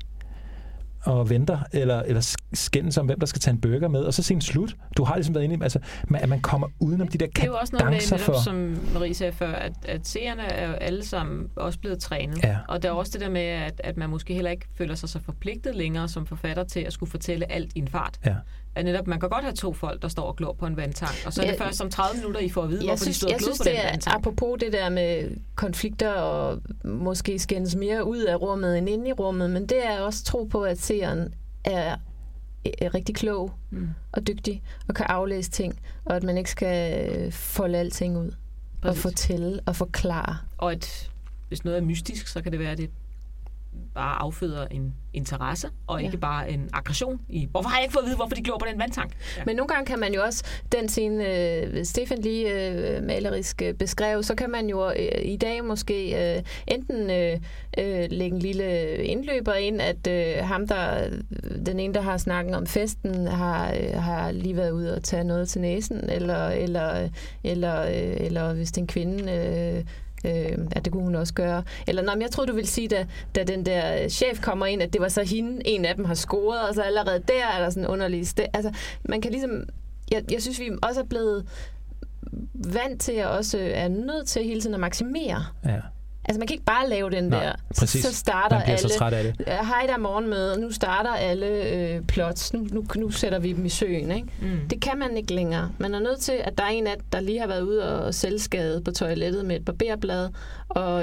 og venter, eller skændes om, hvem der skal tage en burger med, og så scenen slut. Du har ligesom været inde i, altså, at man kommer udenom de der kadencer. Det er jo også noget med, netop, som Marie sagde før, at seerne er jo alle sammen også blevet trænet. Ja. Og der er også det der med, at man måske heller ikke føler sig så forpligtet længere som forfatter til at skulle fortælle alt i en fart. Ja. At netop, man kan godt have 2 folk, der står og glor på en vandtank, og så er det først om 30 minutter, I får at vide, hvorfor de stod og glor på den vandtank. Apropos det der med konflikter, og måske skændes mere ud af rummet end inde i rummet, men det er også tro på, at seeren er rigtig klog og dygtig, og kan aflæse ting, og at man ikke skal folde alting ud, og fortælle og forklare. Og at hvis noget er mystisk, så kan det være, at det bare afføder en interesse, og ikke bare en aggression i, hvorfor har jeg ikke fået at vide, hvorfor de glor på den vandtank? Ja. Men nogle gange kan man jo også, den scene, Stefan lige malerisk beskrev, så kan man jo i dag måske enten lægge en lille indløber ind, at ham, den ene, der har snakken om festen, har lige været ude og tage noget til næsen, eller hvis det er en kvinde, at det kunne hun også gøre. Eller jeg troede, du ville sige, da den der chef kommer ind, at det var så hende, en af dem har scoret, og så allerede der er der sådan en underlig altså, man kan ligesom... Jeg synes, vi også er blevet vant til, at også er nødt til hele tiden at maksimere. Ja. Altså, man kan ikke bare lave den der. Præcis. Så starter man bliver alle... så træt af det. Hej, der er morgenmøde. Nu starter alle plots. Nu sætter vi dem i søen, ikke? Det kan man ikke længere. Man er nødt til, at der er en af der lige har været ude og selvskade på toilettet med et barberblad, og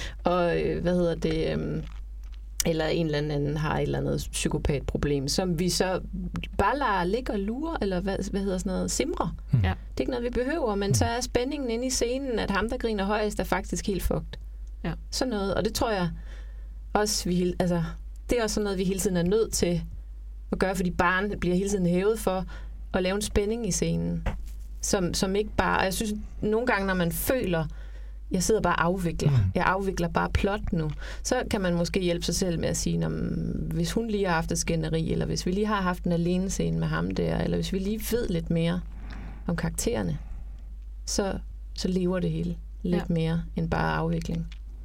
eller en eller anden har et eller andet psykopatproblem, som vi så bare lader ligge og lure, eller hvad hedder sådan noget, simre. Ja. Det er ikke noget, vi behøver, men så er spændingen inde i scenen, at ham, der griner højest, er faktisk helt fucked. Ja. Sådan noget, og det tror jeg også, det er også sådan noget, vi hele tiden er nødt til at gøre, fordi barnet bliver hele tiden hævet for at lave en spænding i scenen, som ikke bare... Jeg synes, nogle gange, når man føler, jeg sidder bare og afvikler. Jeg afvikler bare plot nu. Så kan man måske hjælpe sig selv med at sige, hvis hun lige har haft et skænderi, eller hvis vi lige har haft en alene scene med ham der, eller hvis vi lige ved lidt mere om karaktererne, så lever det hele lidt mere end bare afvikling.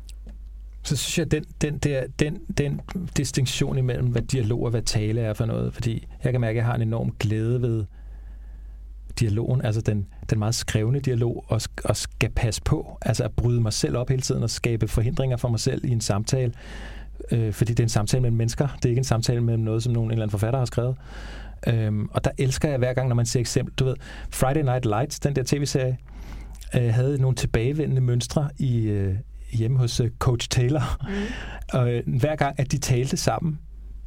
Så synes jeg, den distinktion imellem, hvad dialog og hvad tale er for noget, fordi jeg kan mærke, at jeg har en enorm glæde ved dialogen, altså den meget skrevne dialog, og skal passe på, altså at bryde mig selv op hele tiden og skabe forhindringer for mig selv i en samtale, fordi det er en samtale mellem mennesker, det er ikke en samtale mellem noget, som en eller anden forfatter har skrevet. Og der elsker jeg hver gang, når man ser eksempel, du ved, Friday Night Lights, den der tv-serie, havde nogle tilbagevendende mønstre hjemme hos Coach Taylor. Og hver gang, at de talte sammen,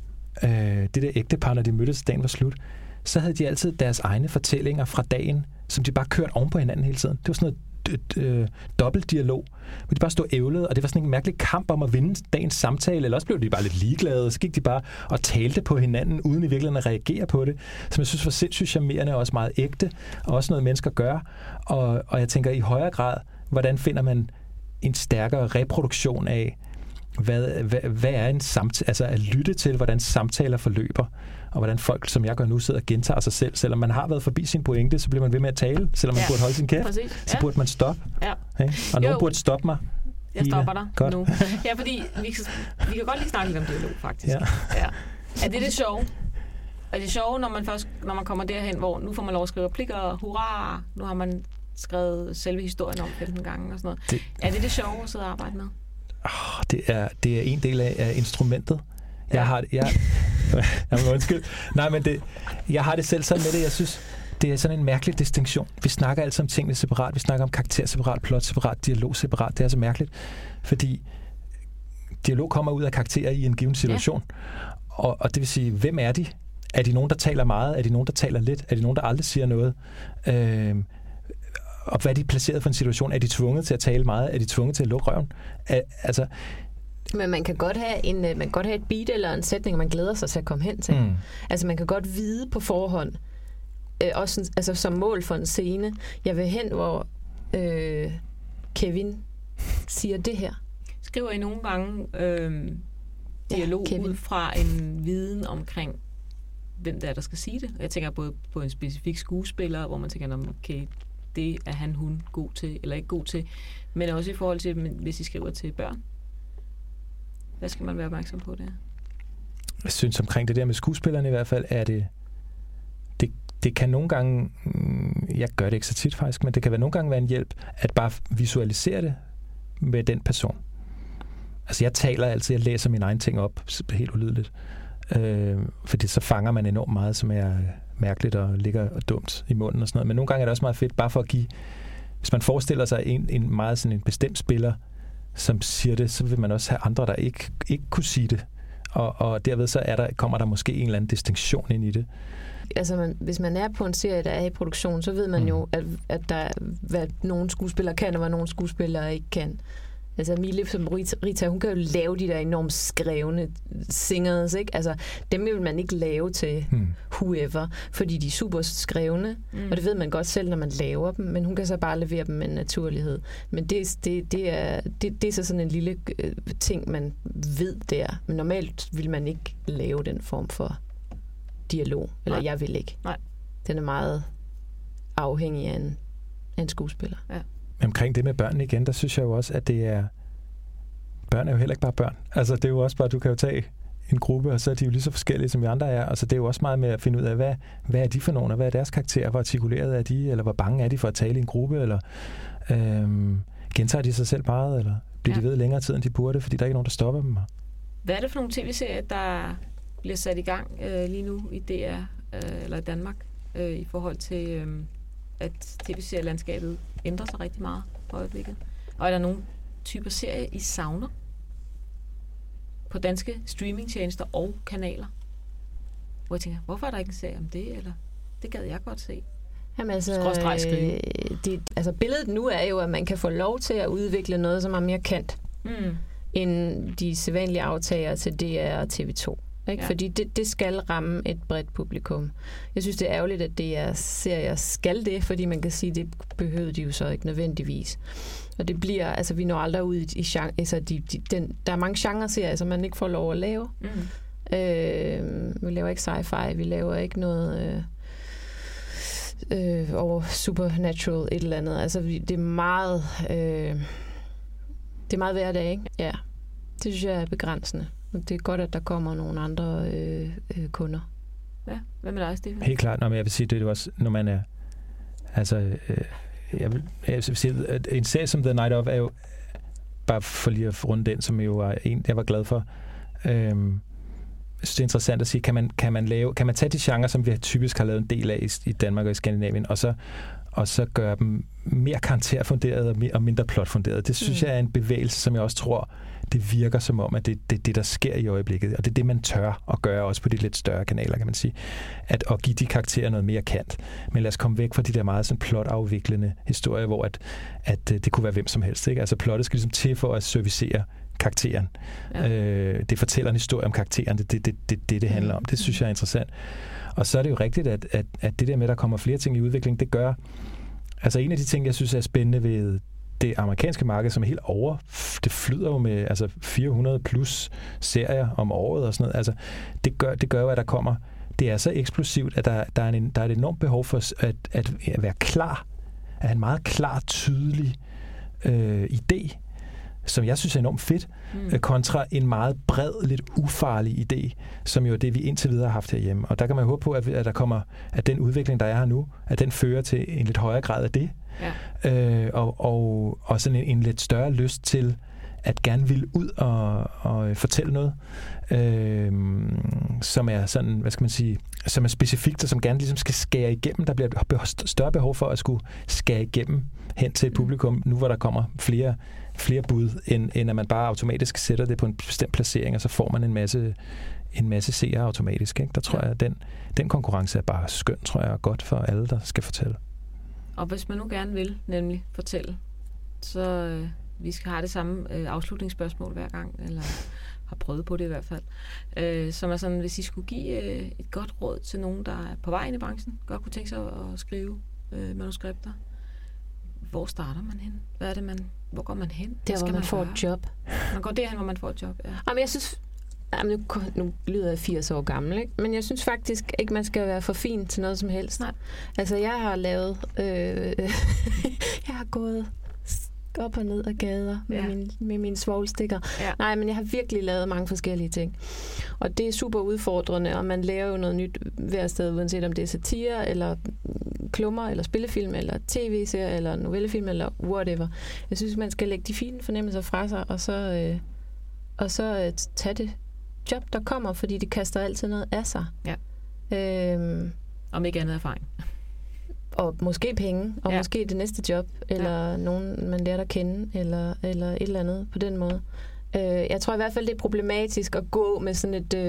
det der ægtepar, når de mødtes, dagen var slut, så havde de altid deres egne fortællinger fra dagen, som de bare kørte oven på hinanden hele tiden. Det var sådan noget dobbelt dialog, hvor de bare stod ævlede, og det var sådan en mærkelig kamp om at vinde dagens samtale, eller også blev de bare lidt ligeglade, og så gik de bare og talte på hinanden, uden i virkeligheden at reagere på det, som jeg synes var sindssygt charmerende, og også meget ægte, og også noget mennesker gør. Og jeg tænker i højere grad, hvordan finder man en stærkere reproduktion af, hvad er en samtale, altså at lytte til, hvordan samtaler forløber, og hvordan folk, som jeg gør nu, sidder og gentager sig selv. Selvom man har været forbi sin pointe, så bliver man ved med at tale. Selvom man burde holde sin kæft, så burde man stoppe. Ja. Okay? Og nogen burde stoppe mig. Jeg stopper dig godt nu. Ja, fordi vi kan godt lige snakke lidt om dialog, faktisk. Ja. Er det sjove? Er det sjove, når man kommer derhen, hvor nu får man lov at skrive replikker, og hurra, nu har man skrevet selve historien om 15 gange og sådan noget. Er det sjove at sidde og arbejde med? Det er en del af instrumentet. Jeg har det selv sådan med det. Jeg synes, det er sådan en mærkelig distinktion. Vi snakker altid om tingene separat. Vi snakker om karakter separat, plot separat, dialog separat. Det er så mærkeligt, fordi dialog kommer ud af karakterer i en given situation. Ja. Og det vil sige, hvem er de? Er de nogen, der taler meget? Er de nogen, der taler lidt? Er de nogen, der aldrig siger noget? Og hvad er de placeret for en situation? Er de tvunget til at tale meget? Er de tvunget til at lukke røven? Men man kan godt have et beat eller en sætning, og man glæder sig til at komme hen til. Altså man kan godt vide på forhånd, også altså, som mål for en scene, jeg vil hen, hvor Kevin siger det her. Skriver I nogle gange dialog ud fra en viden omkring, hvem der skal sige det? Jeg tænker både på en specifik skuespiller, hvor man tænker, okay, det er hun god til, eller ikke god til, men også i forhold til, hvis I skriver til børn. Hvad skal man være opmærksom på der? Jeg synes omkring det der med skuespillerne i hvert fald, er det kan nogle gange, jeg gør det ikke så tit faktisk, men det kan nogle gange være en hjælp, at bare visualisere det med den person. Altså jeg taler altid, jeg læser mine egne ting op, helt ulydeligt. Fordi så fanger man enormt meget, som er mærkeligt og ligger dumt i munden og sådan noget. Men nogle gange er det også meget fedt, bare for at give, hvis man forestiller sig en meget sådan en bestemt spiller, som siger det, så vil man også have andre, der ikke kunne sige det. Og derved så kommer der måske en eller anden distinktion ind i det. Altså, hvis man er på en serie, der er i produktion, så ved man jo, at der hvad nogle skuespillere kan, og hvad nogle skuespillere ikke kan. Altså, Mille som Rita, hun kan jo lave de der enormt skrevne singers, ikke? Altså, dem vil man ikke lave til whoever, fordi de er super skrevne, og det ved man godt selv, når man laver dem, men hun kan så bare levere dem med naturlighed. Men det er så sådan en lille ting, man ved der. Men normalt vil man ikke lave den form for dialog, eller jeg vil ikke. Nej. Den er meget afhængig af en skuespiller. Ja. Omkring det med børn igen, der synes jeg jo også, at det er... Børn er jo heller ikke bare børn. Altså, det er jo også bare, du kan jo tage en gruppe, og så er de jo lige så forskellige, som vi andre er. Altså, det er jo også meget med at finde ud af, hvad er de for nogen, og hvad er deres karakter, hvor artikuleret er de, eller hvor bange er de for at tale i en gruppe, eller gentager de sig selv meget, eller bliver de ved længere tid, end de burde, fordi der er ikke nogen, der stopper dem. Hvad er det for nogle tv-serier, der bliver sat i gang lige nu i DR eller i Danmark i forhold til, at tv-serielandskabet ændrer sig rigtig meget på øjeblikket? Og er der nogle typer serier, I savner på danske streamingtjenester og kanaler? Hvor jeg tænker, hvorfor er der ikke en serie om det? Eller det gad jeg godt se. Jamen altså, billedet nu er jo, at man kan få lov til at udvikle noget, som er mere kendt end de sædvanlige aftagere til DR og TV2. Ikke? Ja. Fordi det skal ramme et bredt publikum. Jeg synes, det er ærgerligt, at DR-serier skal det, fordi man kan sige, at det behøvede de jo så ikke nødvendigvis. Og det bliver, altså vi når aldrig ud i genre, altså der er mange genre-serier, som man ikke får lov at lave. Vi laver ikke sci-fi, vi laver ikke noget over supernatural et eller andet. Altså det er meget hverdag, ikke? Ja. Det synes jeg er begrænsende. Det er godt, at der kommer nogle andre kunder. Ja, hvad med dig, Stefan? Helt klart, jeg vil sige, det er også, når man er... Altså, jeg vil sige, at en serie som The Night Of er jo, bare for lige at runde den, som jo var en, jeg var glad for. Jeg synes, det er interessant at sige, kan man tage de genrer, som vi typisk har lavet en del af i Danmark og i Skandinavien, og så gøre dem mere karakterfunderet og mindre plotfunderet. Det synes jeg er en bevægelse, som jeg også tror, det virker som om, at det er det, der sker i øjeblikket. Og det er det, man tør at gøre, også på de lidt større kanaler, kan man sige. At give de karakterer noget mere kant. Men lad os komme væk fra de der meget sådan plotafviklende historier, hvor at det kunne være hvem som helst. Ikke? Altså plottet skal ligesom til for at servicere karakteren. Ja. Det fortæller en historie om karakteren. Det handler om. Det synes jeg er interessant. Og så er det jo rigtigt, at det der med, at der kommer flere ting i udvikling, det gør... Altså en af de ting, jeg synes er spændende ved det amerikanske marked, som er helt over, det flyder jo med altså 400 plus serier om året og sådan noget. Altså det gør jo, at der kommer... Det er så eksplosivt, at der er et enormt behov for at være klar, at have en meget klar, tydelig idé, som jeg synes er enormt fedt, kontra en meget bred, lidt ufarlig idé, som jo er det, vi indtil videre har haft herhjemme. Og der kan man håbe på, at der kommer, at den udvikling, der er her nu, at den fører til en lidt højere grad af det. Ja. Og sådan en lidt større lyst til at gerne ville ud og fortælle noget, som er sådan, hvad skal man sige, som er specifikt, og som gerne ligesom skal skære igennem. Der bliver større behov for at skulle skære igennem hen til et publikum, nu hvor der kommer flere bud, end at man bare automatisk sætter det på en bestemt placering, og så får man en masse seere automatisk. Ikke? Der tror jeg, at den konkurrence er bare skøn, tror jeg, er godt for alle, der skal fortælle. Og hvis man nu gerne vil, nemlig fortælle, så vi skal have det samme afslutningsspørgsmål hver gang, eller har prøvet på det i hvert fald. Som er sådan, hvis I skulle give et godt råd til nogen, der er på vej ind i branchen, godt kunne tænke sig at skrive manuskripter. Hvor starter man hen? Hvad er det, hvor går man hen? Der, hvor man får et job. Man går derhen, hvor man får et job, ja. Jamen, jeg synes... Nu lyder jeg 80 år gammel, ikke? Men jeg synes faktisk ikke, man skal være for fin til noget som helst. Nej. Altså, jeg har lavet... jeg har gået op og ned ad gader med mine svovlstikker. Ja. Nej, men jeg har virkelig lavet mange forskellige ting. Og det er super udfordrende, og man lærer jo noget nyt hver sted, uanset om det er satire, eller klummer, eller spillefilm, eller tv-serie, eller novellefilm, eller whatever. Jeg synes, man skal lægge de fine fornemmelser fra sig, og så tage det job, der kommer, fordi det kaster altid noget af sig. Ja. Om ikke andet erfaring. Og måske penge, og måske det næste job, eller nogen, man lærer at kende, eller et eller andet på den måde. Jeg tror i hvert fald, det er problematisk at gå med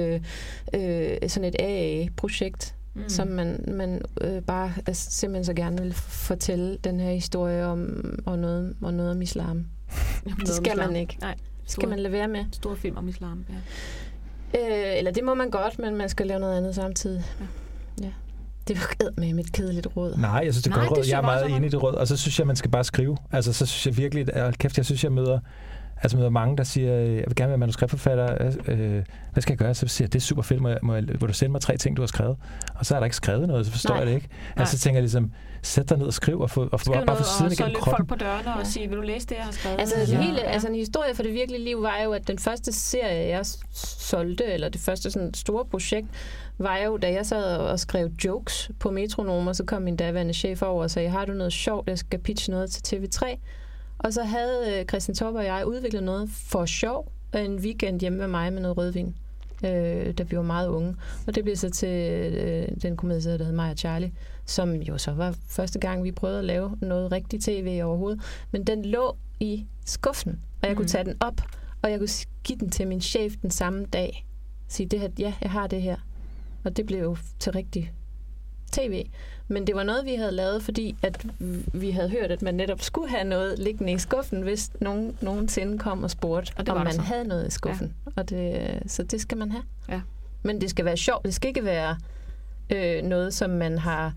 sådan et AA-projekt, som man bare simpelthen så gerne vil fortælle den her historie om, og noget om islam. Det skal man ikke. Nej. Skal man lade være med. Stor film om islam, ja. Eller det må man godt, men man skal lave noget andet samtidig. Ja. Det var med et kedeligt råd. Nej, jeg synes, det er godt råd. Jeg er meget enig i det råd. Og så synes jeg, man skal bare skrive. Altså, så synes jeg virkelig, jeg synes, jeg møder mange, der siger, jeg vil gerne være manuskriptforfatter. Hvad skal jeg gøre? Så siger jeg, det er super fedt. Må du sende mig 3 ting, du har skrevet? Og så er der ikke skrevet noget, så forstår jeg det ikke. Altså, så tænker jeg ligesom, sæt dig ned og skriv, og bare få siden igennem kroppen. Og så lytte folk på dørene og sige, vil du læse det, jeg har skrevet? Altså, en historie for det virkelige liv var jo, at den første serie, jeg solgte, eller det første sådan store projekt, var jo, da jeg sad og skrev jokes på Metronom, og så kom min daværende chef over og sagde, har du noget sjovt, jeg skal pitche noget til TV3? Og så havde Christian Torp og jeg udviklet noget for sjov en weekend hjemme med mig med noget rødvin, da vi var meget unge. Og det blev så til den komedie, der hed Mig og Charlie, som jo så var første gang, vi prøvede at lave noget rigtigt tv overhovedet. Men den lå i skuffen, og jeg kunne tage den op, og jeg kunne give den til min chef den samme dag. Sige, det her, ja, jeg har det her. Og det blev jo til rigtig tv. Men det var noget, vi havde lavet, fordi at vi havde hørt, at man netop skulle have noget liggende i skuffen, hvis nogen nogensinde kom og spurgte, og om man havde noget i skuffen. Ja. Og så det skal man have. Ja. Men det skal være sjovt. Det skal ikke være noget, som man har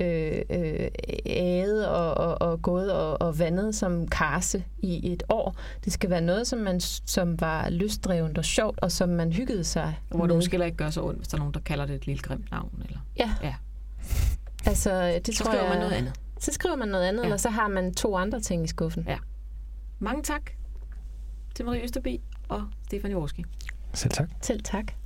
ædet og gået og vandet som karse i et år. Det skal være noget, som var lystdrevent og sjovt, og som man hyggede sig og hvor det måske heller ikke gør så ondt, hvis der er nogen, der kalder det et lille grimt navn. Eller? Ja. Altså, det så skriver man noget andet. Så skriver man noget andet, eller så har man 2 andre ting i skuffen. Ja. Mange tak til Marie Østerby og Stefan Jaworski. Selv tak. Selv tak.